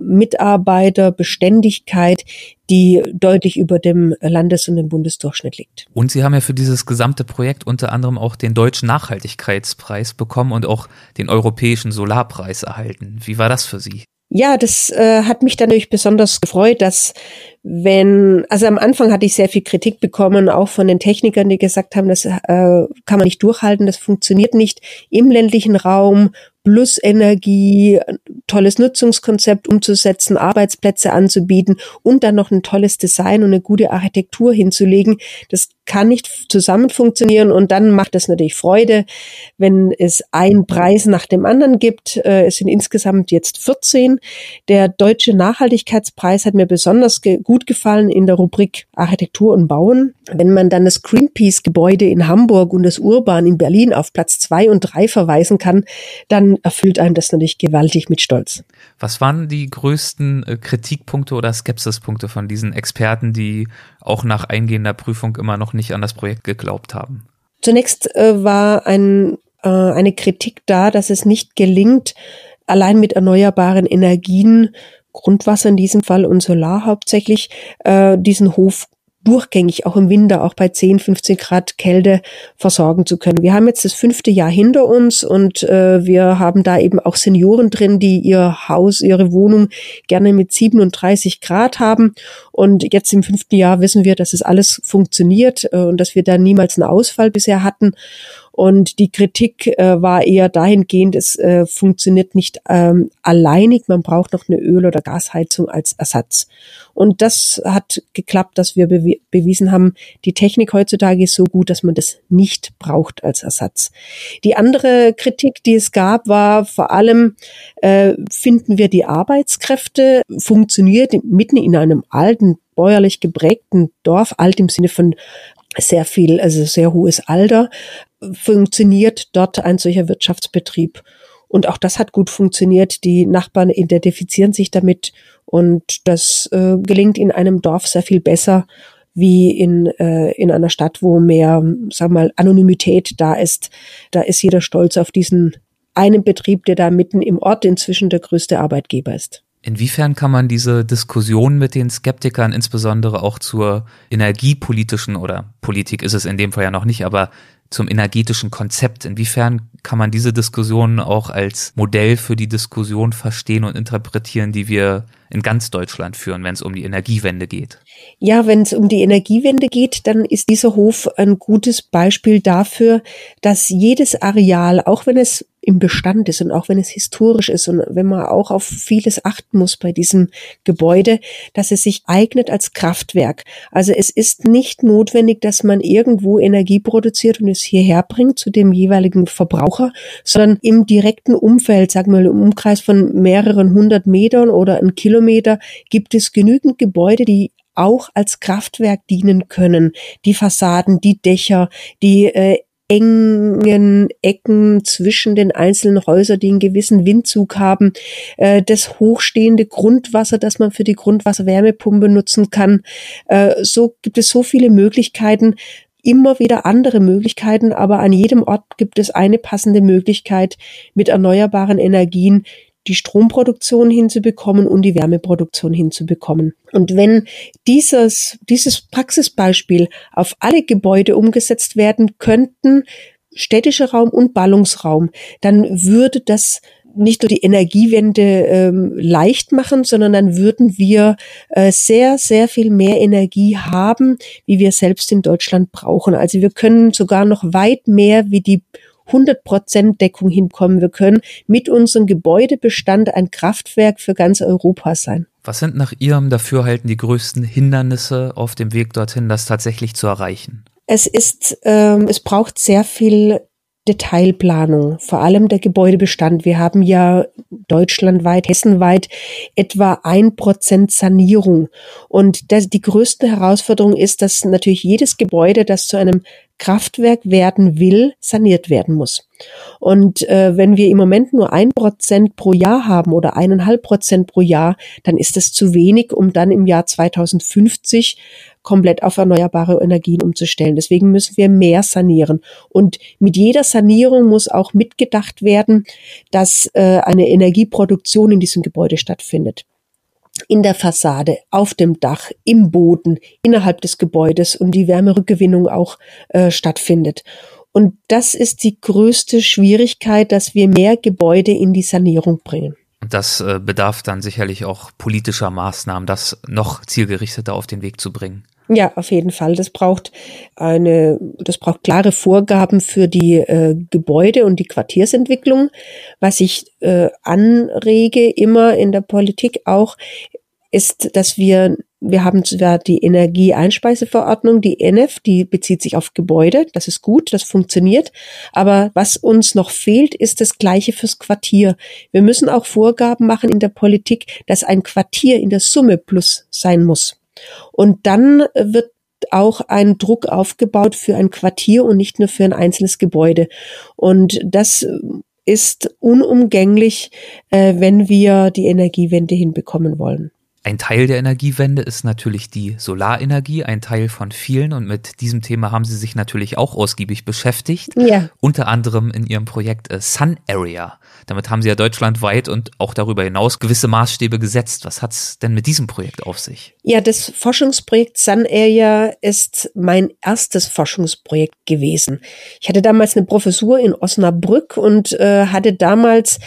Mitarbeiterbeständigkeit, die deutlich über dem Landes- und dem Bundesdurchschnitt liegt. Und Sie haben ja für dieses gesamte Projekt unter anderem auch den Deutschen Nachhaltigkeitspreis bekommen und auch den Europäischen Solarpreis erhalten. Wie war das für Sie? Ja, das äh, hat mich dann natürlich besonders gefreut, dass wenn, also am Anfang hatte ich sehr viel Kritik bekommen, auch von den Technikern, die gesagt haben, das äh, kann man nicht durchhalten, das funktioniert nicht im ländlichen Raum, plus Energie, tolles Nutzungskonzept umzusetzen, Arbeitsplätze anzubieten und dann noch ein tolles Design und eine gute Architektur hinzulegen. Das kann nicht zusammen funktionieren und dann macht es natürlich Freude, wenn es einen Preis nach dem anderen gibt. Es sind insgesamt jetzt vierzehn. Der Deutsche Nachhaltigkeitspreis hat mir besonders ge- gut gefallen in der Rubrik Architektur und Bauen. Wenn man dann das Greenpeace-Gebäude in Hamburg und das Urban in Berlin auf Platz zwei und drei verweisen kann, dann erfüllt einen das natürlich gewaltig mit Stolz. Was waren die größten äh, Kritikpunkte oder Skepsispunkte von diesen Experten, die auch nach eingehender Prüfung immer noch nicht an das Projekt geglaubt haben? Zunächst äh, war ein, äh, eine Kritik da, dass es nicht gelingt, allein mit erneuerbaren Energien, Grundwasser in diesem Fall und Solar hauptsächlich, äh, diesen Hof durchgängig, auch im Winter, auch bei zehn, fünfzehn Grad Kälte versorgen zu können. Wir haben jetzt das fünfte Jahr hinter uns und äh, wir haben da eben auch Senioren drin, die ihr Haus, ihre Wohnung gerne mit siebenunddreißig Grad haben. Und jetzt im fünften Jahr wissen wir, dass es alles funktioniert äh, und dass wir da niemals einen Ausfall bisher hatten. Und die Kritik äh, war eher dahingehend, es äh, funktioniert nicht ähm, alleinig, man braucht noch eine Öl- oder Gasheizung als Ersatz. Und das hat geklappt, dass wir bew- bewiesen haben, die Technik heutzutage ist so gut, dass man das nicht braucht als Ersatz. Die andere Kritik, die es gab, war vor allem, äh, finden wir die Arbeitskräfte, funktioniert mitten in einem alten, bäuerlich geprägten Dorf, alt im Sinne von sehr viel, also sehr hohes Alter, funktioniert dort ein solcher Wirtschaftsbetrieb. Und auch das hat gut funktioniert. Die Nachbarn identifizieren sich damit und das äh, gelingt in einem Dorf sehr viel besser wie in äh, in einer Stadt, wo mehr, sag mal, Anonymität da ist. Da ist jeder stolz auf diesen einen Betrieb, der da mitten im Ort inzwischen der größte Arbeitgeber ist. Inwiefern kann man diese Diskussion mit den Skeptikern, insbesondere auch zur energiepolitischen, oder Politik ist es in dem Fall ja noch nicht, aber zum energetischen Konzept, inwiefern kann man diese Diskussion auch als Modell für die Diskussion verstehen und interpretieren, die wir in ganz Deutschland führen, wenn es um die Energiewende geht? Ja, wenn es um die Energiewende geht, dann ist dieser Hof ein gutes Beispiel dafür, dass jedes Areal, auch wenn es im Bestand ist und auch wenn es historisch ist und wenn man auch auf vieles achten muss bei diesem Gebäude, dass es sich eignet als Kraftwerk. Also es ist nicht notwendig, dass man irgendwo Energie produziert und es hierher bringt zu dem jeweiligen Verbraucher, sondern im direkten Umfeld, sagen wir mal im Umkreis von mehreren hundert Metern oder einen Kilometer, gibt es genügend Gebäude, die auch als Kraftwerk dienen können. Die Fassaden, die Dächer, die äh, engen Ecken zwischen den einzelnen Häusern, die einen gewissen Windzug haben, äh, das hochstehende Grundwasser, das man für die Grundwasserwärmepumpe nutzen kann. Äh, so gibt es so viele Möglichkeiten, immer wieder andere Möglichkeiten, aber an jedem Ort gibt es eine passende Möglichkeit, mit erneuerbaren Energien die Stromproduktion hinzubekommen und die Wärmeproduktion hinzubekommen. Und wenn dieses, dieses Praxisbeispiel auf alle Gebäude umgesetzt werden könnten, städtischer Raum und Ballungsraum, dann würde das nicht nur die Energiewende ähm, leicht machen, sondern dann würden wir äh, sehr, sehr viel mehr Energie haben, wie wir selbst in Deutschland brauchen. Also wir können sogar noch weit mehr wie die hundert Prozent Deckung hinkommen. Wir können mit unserem Gebäudebestand ein Kraftwerk für ganz Europa sein. Was sind nach Ihrem Dafürhalten die größten Hindernisse auf dem Weg dorthin, das tatsächlich zu erreichen? Es ist, ähm, es braucht sehr viel Detailplanung, vor allem der Gebäudebestand. Wir haben ja deutschlandweit, hessenweit etwa ein Prozent Sanierung. Und das, die größte Herausforderung ist, dass natürlich jedes Gebäude, das zu einem Kraftwerk werden will, saniert werden muss. Und äh, wenn wir im Moment nur ein Prozent pro Jahr haben oder eineinhalb Prozent pro Jahr, dann ist das zu wenig, um dann im Jahr zweitausendfünfzig komplett auf erneuerbare Energien umzustellen. Deswegen müssen wir mehr sanieren. Und mit jeder Sanierung muss auch mitgedacht werden, dass äh, eine Energieproduktion in diesem Gebäude stattfindet. In der Fassade, auf dem Dach, im Boden, innerhalb des Gebäudes und die Wärmerückgewinnung auch äh, stattfindet. Und das ist die größte Schwierigkeit, dass wir mehr Gebäude in die Sanierung bringen. Und das äh, bedarf dann sicherlich auch politischer Maßnahmen, das noch zielgerichteter auf den Weg zu bringen. Ja, auf jeden Fall. Das braucht eine, das braucht klare Vorgaben für die äh, Gebäude und die Quartiersentwicklung. Was ich äh, anrege immer in der Politik auch, ist, dass wir, wir haben zwar die Energieeinspeiseverordnung, die E N E F, die bezieht sich auf Gebäude, das ist gut, das funktioniert, aber was uns noch fehlt, ist das Gleiche fürs Quartier. Wir müssen auch Vorgaben machen in der Politik, dass ein Quartier in der Summe plus sein muss. Und dann wird auch ein Druck aufgebaut für ein Quartier und nicht nur für ein einzelnes Gebäude. Und das ist unumgänglich, äh, wenn wir die Energiewende hinbekommen wollen. Ein Teil der Energiewende ist natürlich die Solarenergie, ein Teil von vielen, und mit diesem Thema haben Sie sich natürlich auch ausgiebig beschäftigt, ja. Unter anderem in Ihrem Projekt äh, Sun Area. Damit haben Sie ja deutschlandweit und auch darüber hinaus gewisse Maßstäbe gesetzt. Was hat's denn mit diesem Projekt auf sich? Ja, das Forschungsprojekt Sun Area ist mein erstes Forschungsprojekt gewesen. Ich hatte damals eine Professur in Osnabrück und äh, hatte damals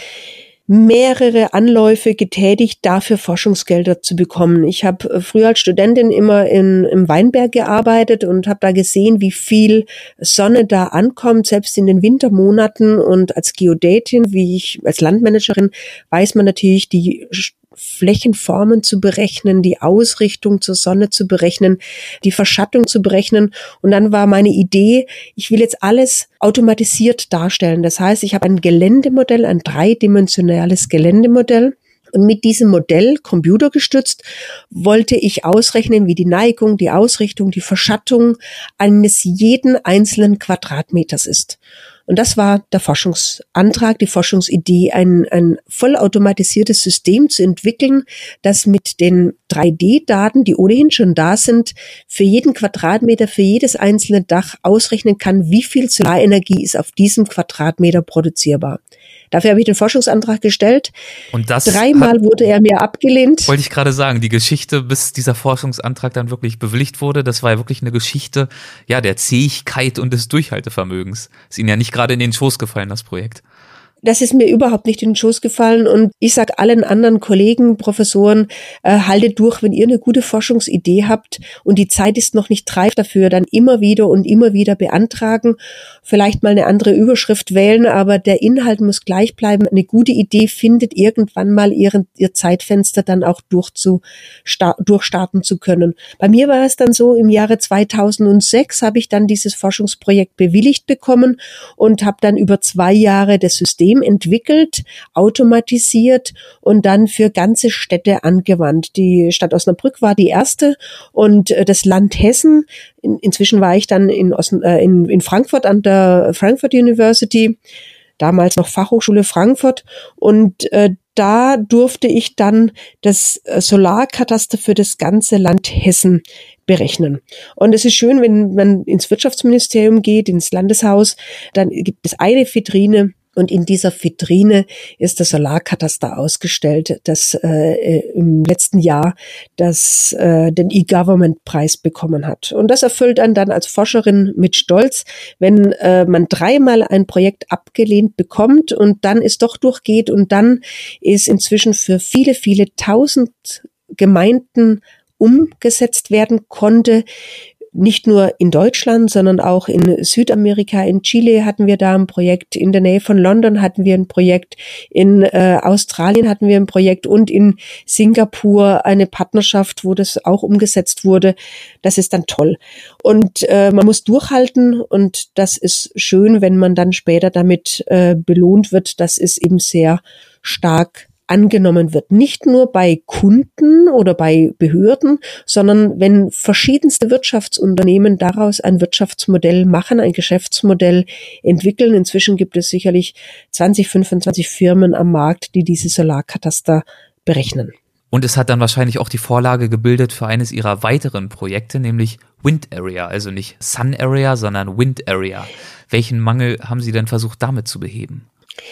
mehrere Anläufe getätigt, dafür Forschungsgelder zu bekommen. Ich habe früher als Studentin immer in, im Weinberg gearbeitet und habe da gesehen, wie viel Sonne da ankommt, selbst in den Wintermonaten. Und als Geodätin, wie ich als Landmanagerin, weiß man natürlich, die Flächenformen zu berechnen, die Ausrichtung zur Sonne zu berechnen, die Verschattung zu berechnen. Und dann war meine Idee, ich will jetzt alles automatisiert darstellen. Das heißt, ich habe ein Geländemodell, ein dreidimensionales Geländemodell. Und mit diesem Modell, computergestützt, wollte ich ausrechnen, wie die Neigung, die Ausrichtung, die Verschattung eines jeden einzelnen Quadratmeters ist. Und das war der Forschungsantrag, die Forschungsidee, ein, ein vollautomatisiertes System zu entwickeln, das mit den drei D-Daten, die ohnehin schon da sind, für jeden Quadratmeter, für jedes einzelne Dach ausrechnen kann, wie viel Solarenergie ist auf diesem Quadratmeter produzierbar. Dafür habe ich den Forschungsantrag gestellt. Und das Dreimal hat, wurde er mir abgelehnt. Wollte ich gerade sagen, die Geschichte, bis dieser Forschungsantrag dann wirklich bewilligt wurde, das war ja wirklich eine Geschichte, ja, der Zähigkeit und des Durchhaltevermögens. Ist Ihnen ja nicht gerade in den Schoß gefallen, das Projekt. Das ist mir überhaupt nicht in den Schoß gefallen, und ich sage allen anderen Kollegen, Professoren, äh, haltet durch, wenn ihr eine gute Forschungsidee habt und die Zeit ist noch nicht reif dafür, dann immer wieder und immer wieder beantragen, vielleicht mal eine andere Überschrift wählen, aber der Inhalt muss gleich bleiben. Eine gute Idee findet irgendwann mal ihren, ihr Zeitfenster dann auch durchzustar- durchstarten zu können. Bei mir war es dann so, im Jahre zweitausendsechs habe ich dann dieses Forschungsprojekt bewilligt bekommen und habe dann über zwei Jahre das System entwickelt, automatisiert und dann für ganze Städte angewandt. Die Stadt Osnabrück war die erste und das Land Hessen. In, inzwischen war ich dann in, Osn- äh, in, in Frankfurt an der Frankfurt University, damals noch Fachhochschule Frankfurt, und äh, da durfte ich dann das Solarkataster für das ganze Land Hessen berechnen. Und es ist schön, wenn man ins Wirtschaftsministerium geht, ins Landeshaus, dann gibt es eine Vitrine, und in dieser Vitrine ist das Solarkataster ausgestellt, das äh, im letzten Jahr das äh, den E-Government-Preis bekommen hat. Und das erfüllt einen dann als Forscherin mit Stolz, wenn äh, man dreimal ein Projekt abgelehnt bekommt und dann es doch durchgeht und dann ist inzwischen für viele, viele tausend Gemeinden umgesetzt werden konnte. Nicht nur in Deutschland, sondern auch in Südamerika, in Chile hatten wir da ein Projekt, in der Nähe von London hatten wir ein Projekt, in äh, Australien hatten wir ein Projekt und in Singapur eine Partnerschaft, wo das auch umgesetzt wurde. Das ist dann toll. Und äh, man muss durchhalten und das ist schön, wenn man dann später damit äh, belohnt wird. Das ist eben sehr stark angenommen wird. Nicht nur bei Kunden oder bei Behörden, sondern wenn verschiedenste Wirtschaftsunternehmen daraus ein Wirtschaftsmodell machen, ein Geschäftsmodell entwickeln. Inzwischen gibt es sicherlich zwanzig, fünfundzwanzig Firmen am Markt, die diese Solarkataster berechnen. Und es hat dann wahrscheinlich auch die Vorlage gebildet für eines Ihrer weiteren Projekte, nämlich Wind Area, also nicht Sun Area, sondern Wind Area. Welchen Mangel haben Sie denn versucht, damit zu beheben?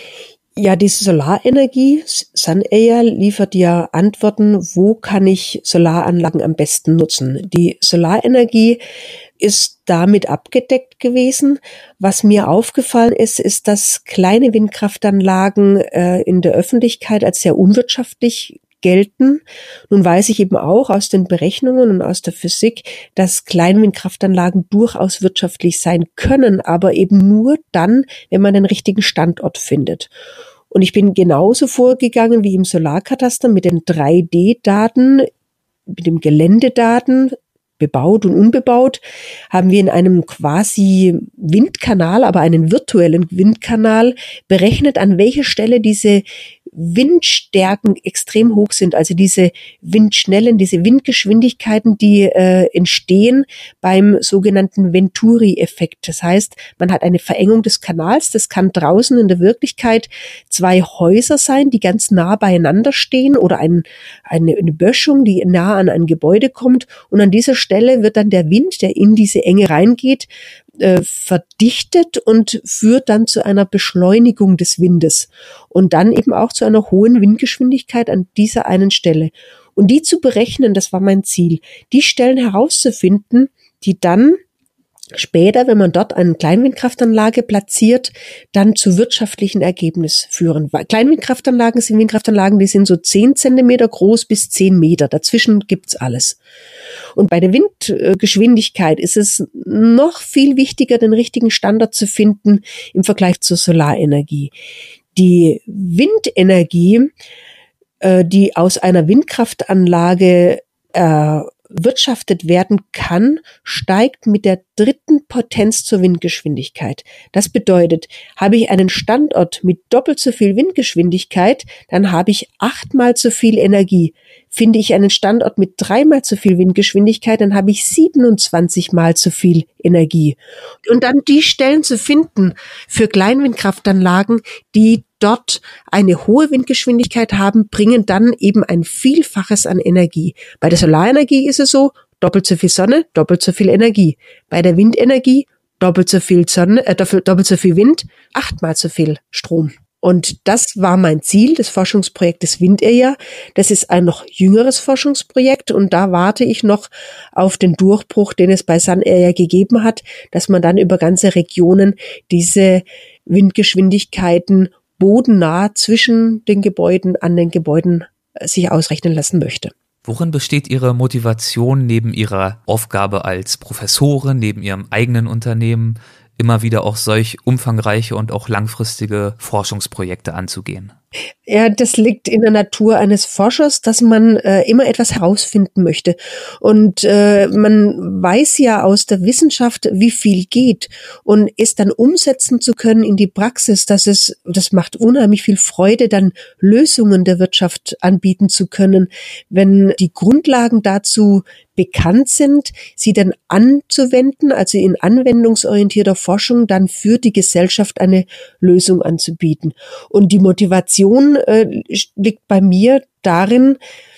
Ja, diese Solarenergie, Sun Area liefert ja Antworten, wo kann ich Solaranlagen am besten nutzen. Die Solarenergie ist damit abgedeckt gewesen. Was mir aufgefallen ist, ist, dass kleine Windkraftanlagen äh, in der Öffentlichkeit als sehr unwirtschaftlich gelten. Nun weiß ich eben auch aus den Berechnungen und aus der Physik, dass Kleinwindkraftanlagen durchaus wirtschaftlich sein können, aber eben nur dann, wenn man den richtigen Standort findet. Und ich bin genauso vorgegangen wie im Solarkataster mit den drei D-Daten, mit dem Geländedaten, bebaut und unbebaut, haben wir in einem quasi Windkanal, aber einen virtuellen Windkanal berechnet, an welcher Stelle diese Windstärken extrem hoch sind, also diese Windschnellen, diese Windgeschwindigkeiten, die äh, entstehen beim sogenannten Venturi-Effekt. Das heißt, man hat eine Verengung des Kanals. Das kann draußen in der Wirklichkeit zwei Häuser sein, die ganz nah beieinander stehen, oder ein, eine, eine Böschung, die nah an ein Gebäude kommt. Und an dieser Stelle wird dann der Wind, der in diese Enge reingeht, äh, verdichtet und führt dann zu einer Beschleunigung des Windes und dann eben auch zu einer hohen Windgeschwindigkeit an dieser einen Stelle. Und die zu berechnen, das war mein Ziel, die Stellen herauszufinden, die dann später, wenn man dort eine Kleinwindkraftanlage platziert, dann zu wirtschaftlichen Ergebnissen führen. Weil Kleinwindkraftanlagen sind Windkraftanlagen, die sind so zehn Zentimeter groß bis zehn Meter. Dazwischen gibt's alles. Und bei der Windgeschwindigkeit ist es noch viel wichtiger, den richtigen Standard zu finden im Vergleich zur Solarenergie. Die Windenergie, die aus einer Windkraftanlage äh, wirtschaftet werden kann, steigt mit der dritten Potenz zur Windgeschwindigkeit. Das bedeutet, habe ich einen Standort mit doppelt so viel Windgeschwindigkeit, dann habe ich achtmal so viel Energie. Finde ich einen Standort mit dreimal so viel Windgeschwindigkeit, dann habe ich siebenundzwanzig mal so viel Energie. Und dann die Stellen zu finden für Kleinwindkraftanlagen, die dort eine hohe Windgeschwindigkeit haben, bringen dann eben ein Vielfaches an Energie. Bei der Solarenergie ist es so, doppelt so viel Sonne, doppelt so viel Energie. Bei der Windenergie doppelt so viel Sonne, äh, doppelt so viel Wind, achtmal so viel Strom. Und das war mein Ziel des Forschungsprojektes Windenergie. Das ist ein noch jüngeres Forschungsprojekt und da warte ich noch auf den Durchbruch, den es bei Sunair gegeben hat, dass man dann über ganze Regionen diese Windgeschwindigkeiten bodennah zwischen den Gebäuden, an den Gebäuden sich ausrechnen lassen möchte. Worin besteht Ihre Motivation, neben Ihrer Aufgabe als Professorin, neben Ihrem eigenen Unternehmen, immer wieder auch solch umfangreiche und auch langfristige Forschungsprojekte anzugehen? Ja, das liegt in der Natur eines Forschers, dass man äh, immer etwas herausfinden möchte. Und äh, man weiß ja aus der Wissenschaft, wie viel geht. Und es dann umsetzen zu können in die Praxis, dass es, das macht unheimlich viel Freude, dann Lösungen der Wirtschaft anbieten zu können, wenn die Grundlagen dazu bekannt sind, sie dann anzuwenden, also in anwendungsorientierter Forschung dann für die Gesellschaft eine Lösung anzubieten. Und die Motivation äh, liegt bei mir darin,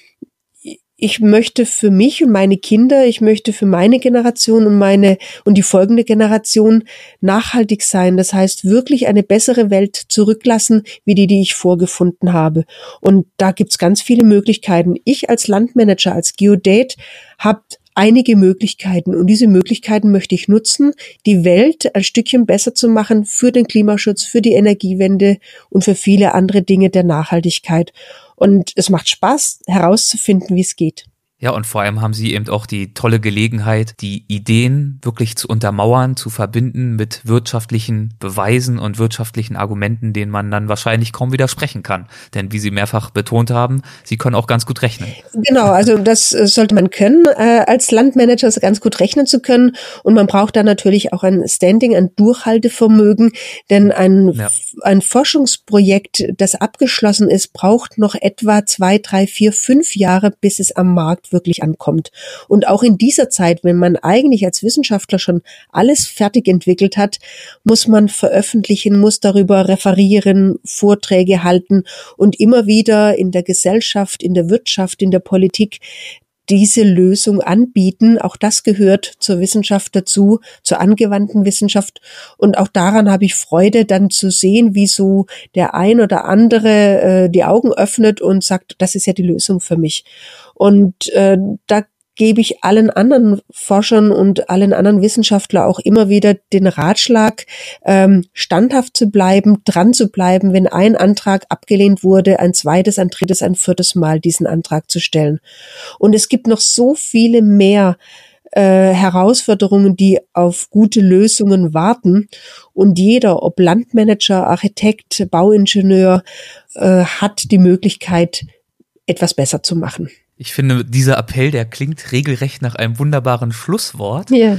ich möchte für mich und meine Kinder, ich möchte für meine Generation und meine und die folgende Generation nachhaltig sein. Das heißt, wirklich eine bessere Welt zurücklassen, wie die, die ich vorgefunden habe. Und da gibt's ganz viele Möglichkeiten. Ich als Landmanager, als Geodät habe einige Möglichkeiten und diese Möglichkeiten möchte ich nutzen, die Welt ein Stückchen besser zu machen für den Klimaschutz, für die Energiewende und für viele andere Dinge der Nachhaltigkeit. Und es macht Spaß, herauszufinden, wie es geht. Ja, und vor allem haben Sie eben auch die tolle Gelegenheit, die Ideen wirklich zu untermauern, zu verbinden mit wirtschaftlichen Beweisen und wirtschaftlichen Argumenten, denen man dann wahrscheinlich kaum widersprechen kann. Denn wie Sie mehrfach betont haben, Sie können auch ganz gut rechnen. Genau, also das sollte man können, äh, als Landmanager ganz gut rechnen zu können. Und man braucht da natürlich auch ein Standing, ein Durchhaltevermögen. Denn ein, ja. ein Forschungsprojekt, das abgeschlossen ist, braucht noch etwa zwei, drei, vier, fünf Jahre, bis es am Markt wirklich ankommt. Und auch in dieser Zeit, wenn man eigentlich als Wissenschaftler schon alles fertig entwickelt hat, muss man veröffentlichen, muss darüber referieren, Vorträge halten und immer wieder in der Gesellschaft, in der Wirtschaft, in der Politik diese Lösung anbieten. Auch das gehört zur Wissenschaft dazu, zur angewandten Wissenschaft. Und auch daran habe ich Freude, dann zu sehen, wie so der ein oder andere äh, die Augen öffnet und sagt, das ist ja die Lösung für mich. Und äh, da gebe ich allen anderen Forschern und allen anderen Wissenschaftlern auch immer wieder den Ratschlag, ähm, standhaft zu bleiben, dran zu bleiben, wenn ein Antrag abgelehnt wurde, ein zweites, ein drittes, ein viertes Mal diesen Antrag zu stellen. Und es gibt noch so viele mehr äh, Herausforderungen, die auf gute Lösungen warten. Und jeder, ob Landmanager, Architekt, Bauingenieur, äh, hat die Möglichkeit, etwas besser zu machen. Ich finde, dieser Appell, der klingt regelrecht nach einem wunderbaren Schlusswort. Ja.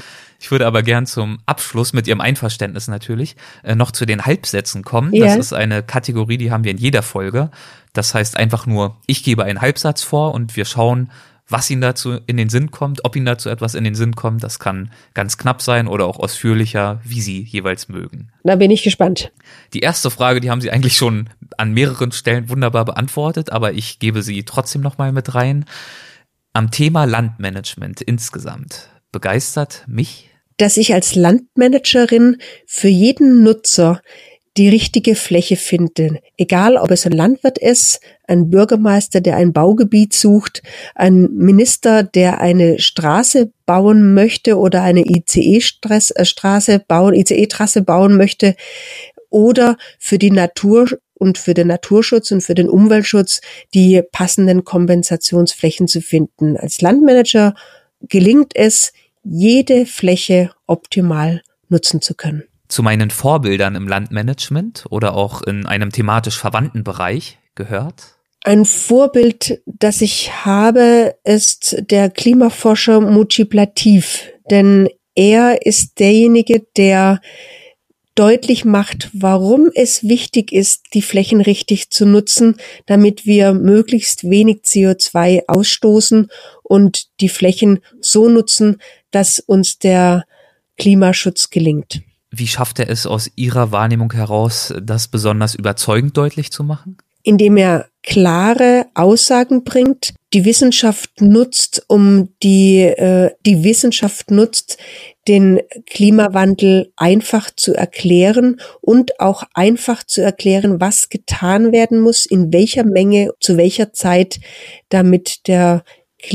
Ich würde aber gern zum Abschluss, mit Ihrem Einverständnis natürlich, noch zu den Halbsätzen kommen. Ja. Das ist eine Kategorie, die haben wir in jeder Folge. Das heißt einfach nur, ich gebe einen Halbsatz vor und wir schauen, was Ihnen dazu in den Sinn kommt, ob Ihnen dazu etwas in den Sinn kommt. Das kann ganz knapp sein oder auch ausführlicher, wie Sie jeweils mögen. Da bin ich gespannt. Die erste Frage, die haben Sie eigentlich schon an mehreren Stellen wunderbar beantwortet, aber ich gebe sie trotzdem nochmal mit rein. Am Thema Landmanagement insgesamt begeistert mich, dass ich als Landmanagerin für jeden Nutzer die richtige Fläche finde. Egal, ob es ein Landwirt ist, ein Bürgermeister, der ein Baugebiet sucht, ein Minister, der eine Straße bauen möchte oder eine I C E-Straße bauen, I C E-Trasse bauen möchte, oder für die Natur und für den Naturschutz und für den Umweltschutz die passenden Kompensationsflächen zu finden. Als Landmanager gelingt es, jede Fläche optimal nutzen zu können. Zu meinen Vorbildern im Landmanagement oder auch in einem thematisch verwandten Bereich gehört? Ein Vorbild, das ich habe, ist der Klimaforscher Mujib Latif, denn er ist derjenige, der deutlich macht, warum es wichtig ist, die Flächen richtig zu nutzen, damit wir möglichst wenig C O zwei ausstoßen und die Flächen so nutzen, dass uns der Klimaschutz gelingt. Wie schafft er es aus Ihrer Wahrnehmung heraus, das besonders überzeugend deutlich zu machen? Indem er klare Aussagen bringt, die Wissenschaft nutzt, um die äh, die Wissenschaft nutzt, den Klimawandel einfach zu erklären und auch einfach zu erklären, was getan werden muss, in welcher Menge, zu welcher Zeit, damit der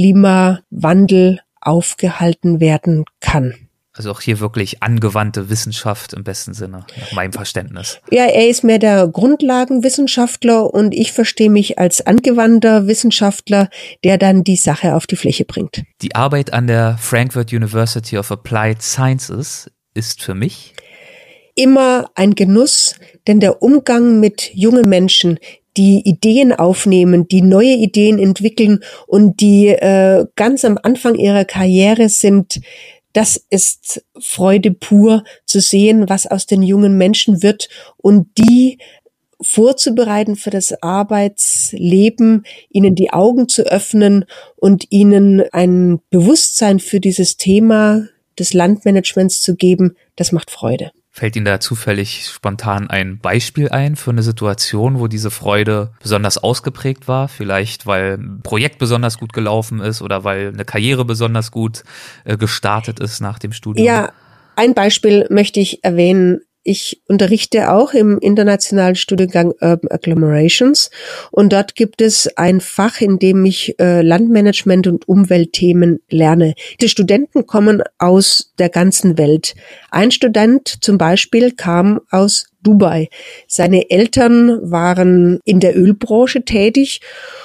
Klimawandel aufgehalten werden kann. Also auch hier wirklich angewandte Wissenschaft im besten Sinne, nach meinem Verständnis. Ja, er ist mehr der Grundlagenwissenschaftler und ich verstehe mich als angewandter Wissenschaftler, der dann die Sache auf die Fläche bringt. Die Arbeit an der Frankfurt University of Applied Sciences ist für mich immer ein Genuss, denn der Umgang mit jungen Menschen, die Ideen aufnehmen, die neue Ideen entwickeln und die äh, ganz am Anfang ihrer Karriere sind, das ist Freude pur zu sehen, was aus den jungen Menschen wird und die vorzubereiten für das Arbeitsleben, ihnen die Augen zu öffnen und ihnen ein Bewusstsein für dieses Thema des Landmanagements zu geben, das macht Freude. Fällt Ihnen da zufällig spontan ein Beispiel ein für eine Situation, wo diese Freude besonders ausgeprägt war? Vielleicht, weil ein Projekt besonders gut gelaufen ist oder weil eine Karriere besonders gut äh, gestartet ist nach dem Studium? Ja, ein Beispiel möchte ich erwähnen. Ich unterrichte auch im internationalen Studiengang Urban Agglomerations und dort gibt es ein Fach, in dem ich äh, Landmanagement und Umweltthemen lerne. Die Studenten kommen aus der ganzen Welt. Ein Student zum Beispiel kam aus Dubai. Seine Eltern waren in der Ölbranche tätig.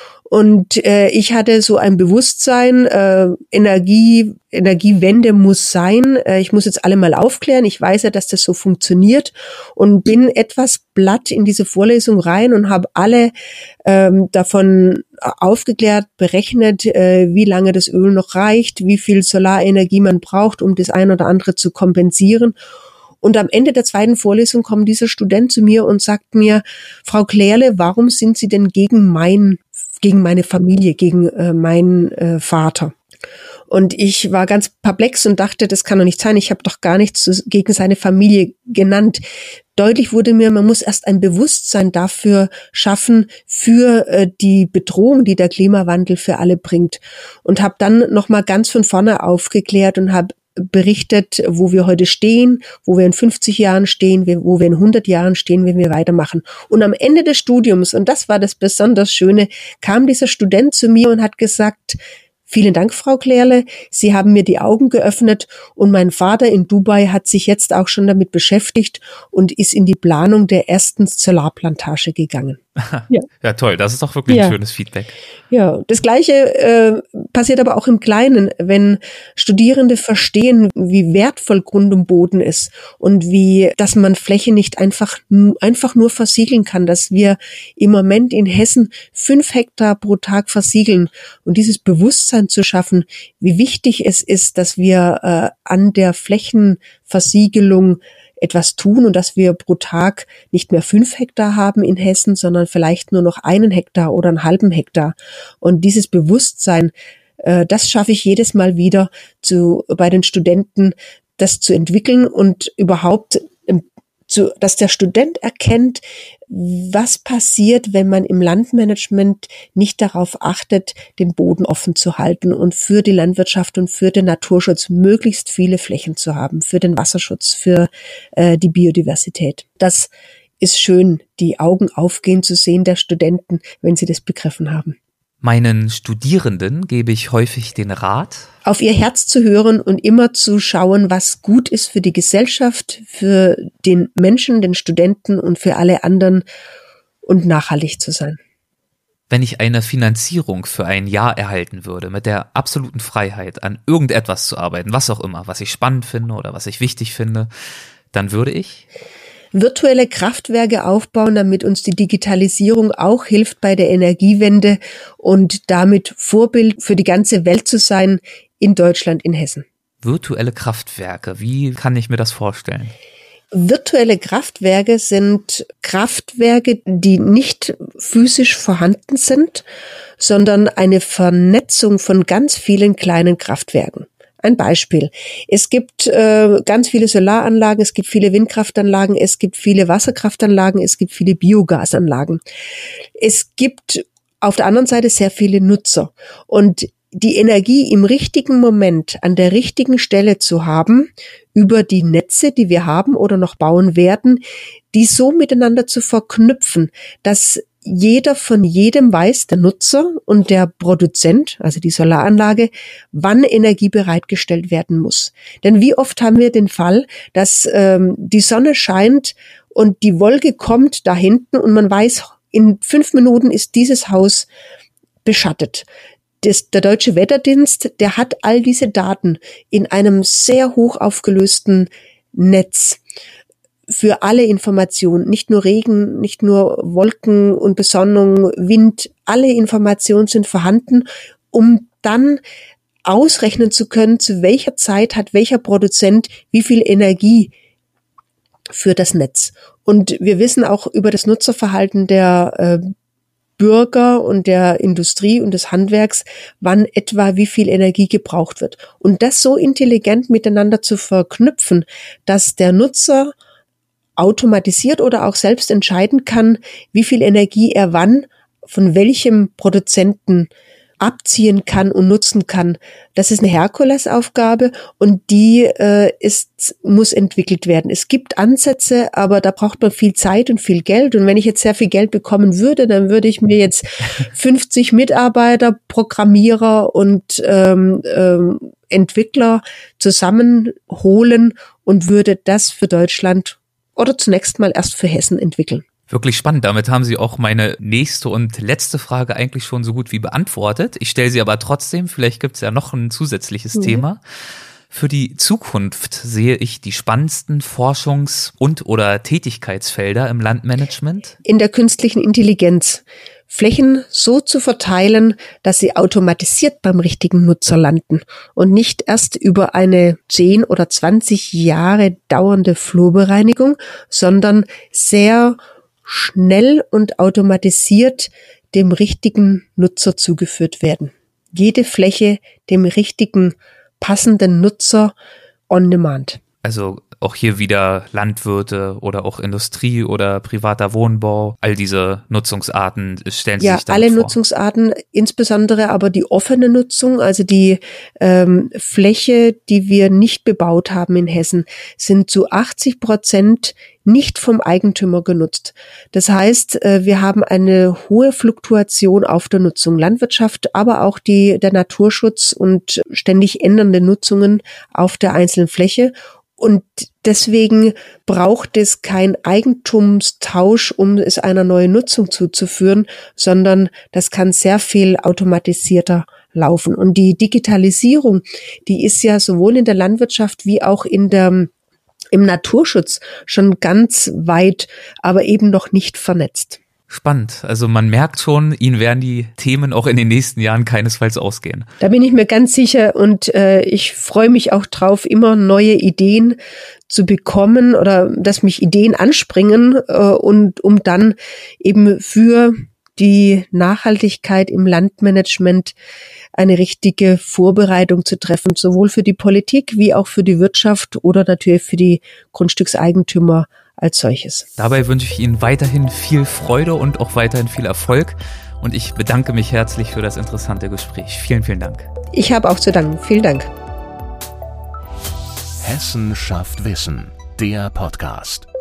Und äh, ich hatte so ein Bewusstsein, äh, Energie, Energiewende muss sein. Äh, ich muss jetzt alle mal aufklären. Ich weiß ja, dass das so funktioniert und bin etwas platt in diese Vorlesung rein und habe alle ähm, davon aufgeklärt, berechnet, äh, wie lange das Öl noch reicht, wie viel Solarenergie man braucht, um das ein oder andere zu kompensieren. Und am Ende der zweiten Vorlesung kommt dieser Student zu mir und sagt mir, Frau Klärle, warum sind Sie denn gegen mein gegen meine Familie, gegen äh, meinen äh, Vater? Und ich war ganz perplex und dachte, das kann doch nicht sein. Ich habe doch gar nichts gegen seine Familie genannt. Deutlich wurde mir, man muss erst ein Bewusstsein dafür schaffen, für äh, die Bedrohung, die der Klimawandel für alle bringt. Und habe dann nochmal ganz von vorne aufgeklärt und habe berichtet, wo wir heute stehen, wo wir in fünfzig Jahren stehen, wo wir in hundert Jahren stehen, wenn wir weitermachen. Und am Ende des Studiums, und das war das besonders Schöne, kam dieser Student zu mir und hat gesagt, vielen Dank, Frau Klärle, Sie haben mir die Augen geöffnet und mein Vater in Dubai hat sich jetzt auch schon damit beschäftigt und ist in die Planung der ersten Solarplantage gegangen. Ja. Ja, toll. Das ist doch wirklich ja. ein schönes Feedback. Ja, das Gleiche äh, passiert aber auch im Kleinen, wenn Studierende verstehen, wie wertvoll Grund und Boden ist und wie, dass man Fläche nicht einfach, einfach nur versiegeln kann, dass wir im Moment in Hessen fünf Hektar pro Tag versiegeln und dieses Bewusstsein zu schaffen, wie wichtig es ist, dass wir äh, an der Flächenversiegelung etwas tun und dass wir pro Tag nicht mehr fünf Hektar haben in Hessen, sondern vielleicht nur noch einen Hektar oder einen halben Hektar. Und dieses Bewusstsein, äh, das schaffe ich jedes Mal wieder zu, bei den Studenten, das zu entwickeln und überhaupt ähm, zu, dass der Student erkennt, was passiert, wenn man im Landmanagement nicht darauf achtet, den Boden offen zu halten und für die Landwirtschaft und für den Naturschutz möglichst viele Flächen zu haben, für den Wasserschutz, für äh, die Biodiversität. Das ist schön, die Augen aufgehen zu sehen der Studenten, wenn sie das begriffen haben. Meinen Studierenden gebe ich häufig den Rat, auf ihr Herz zu hören und immer zu schauen, was gut ist für die Gesellschaft, für den Menschen, den Studenten und für alle anderen und nachhaltig zu sein. Wenn ich eine Finanzierung für ein Jahr erhalten würde, mit der absoluten Freiheit, an irgendetwas zu arbeiten, was auch immer, was ich spannend finde oder was ich wichtig finde, dann würde ich virtuelle Kraftwerke aufbauen, damit uns die Digitalisierung auch hilft bei der Energiewende und damit Vorbild für die ganze Welt zu sein in Deutschland, in Hessen. Virtuelle Kraftwerke, wie kann ich mir das vorstellen? Virtuelle Kraftwerke sind Kraftwerke, die nicht physisch vorhanden sind, sondern eine Vernetzung von ganz vielen kleinen Kraftwerken. Ein Beispiel. Es gibt äh, ganz viele Solaranlagen, es gibt viele Windkraftanlagen, es gibt viele Wasserkraftanlagen, es gibt viele Biogasanlagen. Es gibt auf der anderen Seite sehr viele Nutzer. Und die Energie im richtigen Moment an der richtigen Stelle zu haben, über die Netze, die wir haben oder noch bauen werden, die so miteinander zu verknüpfen, dass jeder von jedem weiß, der Nutzer und der Produzent, also die Solaranlage, wann Energie bereitgestellt werden muss. Denn wie oft haben wir den Fall, dass ähm, die Sonne scheint und die Wolke kommt da hinten und man weiß, in fünf Minuten ist dieses Haus beschattet. Das, der Deutsche Wetterdienst, der hat all diese Daten in einem sehr hoch aufgelösten Netz für alle Informationen, nicht nur Regen, nicht nur Wolken und Besonnung, Wind, alle Informationen sind vorhanden, um dann ausrechnen zu können, zu welcher Zeit hat welcher Produzent wie viel Energie für das Netz. Und wir wissen auch über das Nutzerverhalten der äh, Bürger und der Industrie und des Handwerks, wann etwa wie viel Energie gebraucht wird. Und das so intelligent miteinander zu verknüpfen, dass der Nutzer automatisiert oder auch selbst entscheiden kann, wie viel Energie er wann von welchem Produzenten abziehen kann und nutzen kann. Das ist eine Herkulesaufgabe und die äh, ist, muss entwickelt werden. Es gibt Ansätze, aber da braucht man viel Zeit und viel Geld. Und wenn ich jetzt sehr viel Geld bekommen würde, dann würde ich mir jetzt fünfzig Mitarbeiter, Programmierer und ähm, ähm, Entwickler zusammenholen und würde das für Deutschland oder zunächst mal erst für Hessen entwickeln. Wirklich spannend. Damit haben Sie auch meine nächste und letzte Frage eigentlich schon so gut wie beantwortet. Ich stelle sie aber trotzdem, vielleicht gibt es ja noch ein zusätzliches mhm. Thema. Für die Zukunft sehe ich die spannendsten Forschungs- und oder Tätigkeitsfelder im Landmanagement? In der künstlichen Intelligenz. Flächen so zu verteilen, dass sie automatisiert beim richtigen Nutzer landen und nicht erst über eine zehn oder zwanzig Jahre dauernde Flurbereinigung, sondern sehr schnell und automatisiert dem richtigen Nutzer zugeführt werden. Jede Fläche dem richtigen, passenden Nutzer on demand. Also auch hier wieder Landwirte oder auch Industrie oder privater Wohnbau, all diese Nutzungsarten stellen Sie ja, sich damit vor? Ja, alle Nutzungsarten, insbesondere aber die offene Nutzung, also die ähm, Fläche, die wir nicht bebaut haben in Hessen, sind zu achtzig Prozent nicht vom Eigentümer genutzt. Das heißt, äh, wir haben eine hohe Fluktuation auf der Nutzung. Landwirtschaft, aber auch die, der Naturschutz und ständig ändernde Nutzungen auf der einzelnen Fläche. Und deswegen braucht es keinen Eigentumstausch, um es einer neuen Nutzung zuzuführen, sondern das kann sehr viel automatisierter laufen. Und die Digitalisierung, die ist ja sowohl in der Landwirtschaft wie auch in der, im Naturschutz schon ganz weit, aber eben noch nicht vernetzt. Spannend. Also man merkt schon, Ihnen werden die Themen auch in den nächsten Jahren keinesfalls ausgehen. Da bin ich mir ganz sicher und äh, ich freue mich auch drauf, immer neue Ideen zu bekommen oder dass mich Ideen anspringen äh, und um dann eben für die Nachhaltigkeit im Landmanagement eine richtige Vorbereitung zu treffen, sowohl für die Politik wie auch für die Wirtschaft oder natürlich für die Grundstückseigentümer als solches. Dabei wünsche ich Ihnen weiterhin viel Freude und auch weiterhin viel Erfolg. Und ich bedanke mich herzlich für das interessante Gespräch. Vielen, vielen Dank. Ich habe auch zu danken. Vielen Dank. Hessen schafft Wissen, der Podcast.